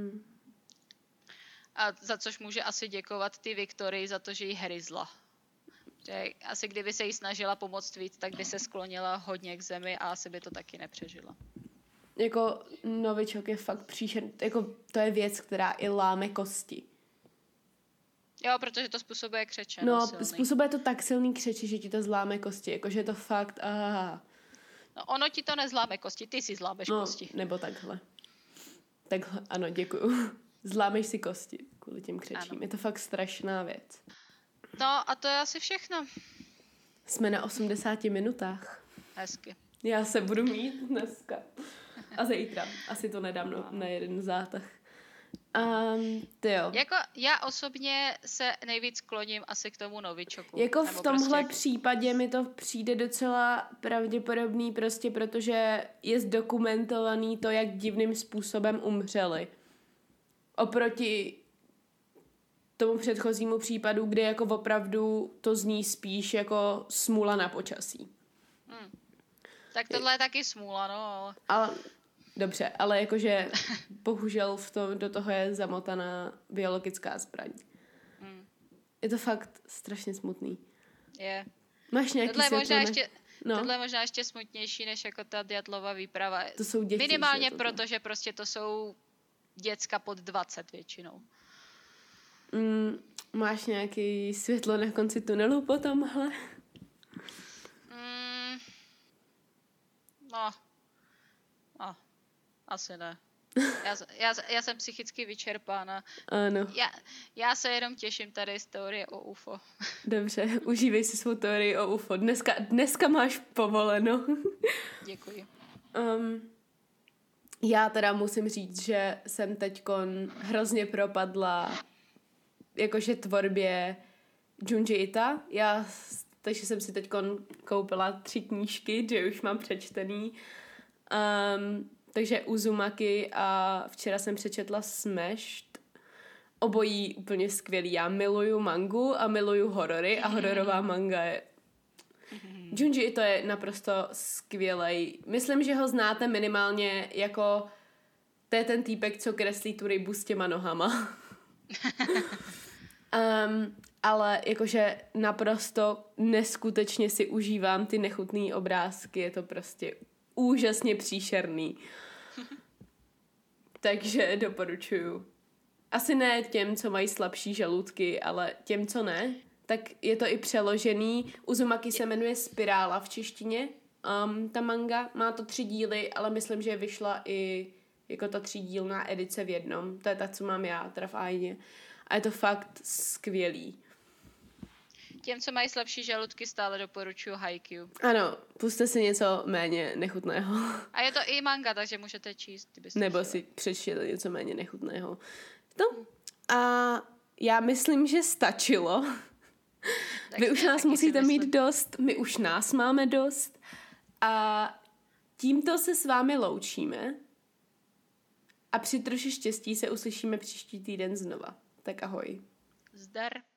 Speaker 3: A za což může asi děkovat ty Viktorii za to, že jí hryzla. Že asi kdyby se jí snažila pomoct víc, tak by se sklonila hodně k zemi a asi by to taky nepřežila.
Speaker 2: Jako novičok je fakt příšerný. Jako to je věc, která i láme kosti.
Speaker 3: Jo, protože to způsobuje křeče.
Speaker 2: No, způsobuje to tak silný křeči, že ti to zláme kosti. Jakože je to fakt...
Speaker 3: No, ono ti to nezláme kosti, ty si zlámeš kosti.
Speaker 2: Nebo takhle. Takhle, ano, děkuju. Zlámeš si kosti kvůli těm křečím. Ano. Je to fakt strašná věc.
Speaker 3: No a to je asi všechno.
Speaker 2: Jsme na 80 minutách.
Speaker 3: Hezky.
Speaker 2: Já se budu mít dneska. A zítra. Asi to nedám na jeden zátah. Jo.
Speaker 3: Jako já osobně se nejvíc kloním asi k tomu novičoku.
Speaker 2: Jako v tomhle případě mi to přijde docela pravděpodobný prostě, protože je zdokumentovaný to, jak divným způsobem umřeli. Oproti tomu předchozímu případu, kdy jako opravdu to zní spíš jako smůla na počasí.
Speaker 3: Tak tohle je taky smůla, no.
Speaker 2: Ale dobře, ale jakože bohužel do toho je zamotaná biologická zbraň. Je to fakt strašně smutný.
Speaker 3: Je.
Speaker 2: Máš nějaký
Speaker 3: Tohle je možná ještě smutnější, než jako ta Djatlova výprava.
Speaker 2: To jsou děti.
Speaker 3: Minimálně proto, že prostě to jsou děcka pod 20 většinou.
Speaker 2: Máš nějaký světlo na konci tunelu po tomhle?
Speaker 3: No, asi ne. Já jsem psychicky vyčerpána.
Speaker 2: Ano.
Speaker 3: Já se jenom těším tady z teorie o UFO.
Speaker 2: Dobře, užívej si svou teorii o UFO. Dneska máš povoleno.
Speaker 3: Děkuji.
Speaker 2: Já teda musím říct, že jsem teďkon hrozně propadla jakože tvorbě Junji Ita. Takže jsem si teďkon koupila 3 knížky, že už mám přečtený. Takže Uzumaki a včera jsem přečetla Smashed. Obojí úplně skvělý. Já miluju mangu a miluju horory a hororová manga je... Junji Ito je naprosto skvělej. Myslím, že ho znáte minimálně jako... To je ten týpek, co kreslí tu rybu s těma nohama. Ale jakože naprosto neskutečně si užívám ty nechutný obrázky. Je to prostě úžasně příšerný. Takže doporučuju. Asi ne těm, co mají slabší žaludky, ale těm, co ne, tak je to i přeložený. Uzumaki se jmenuje Spirála v češtině. Ta manga má to 3 díly, ale myslím, že vyšla i jako ta 3dílná edice v jednom. To je ta, co mám já, teda v Aině. A je to fakt skvělý.
Speaker 3: Těm, co mají slabší žaludky, stále doporučuji Haikyuu.
Speaker 2: Ano, puste si něco méně nechutného.
Speaker 3: A je to i manga, takže můžete číst.
Speaker 2: Nebo si přečtěte něco méně nechutného. No, a já myslím, že stačilo. Vy už nás musíte mít dost, my už nás máme dost. A tímto se s vámi loučíme a při troši štěstí se uslyšíme příští týden znova. Tak ahoj.
Speaker 3: Zdar.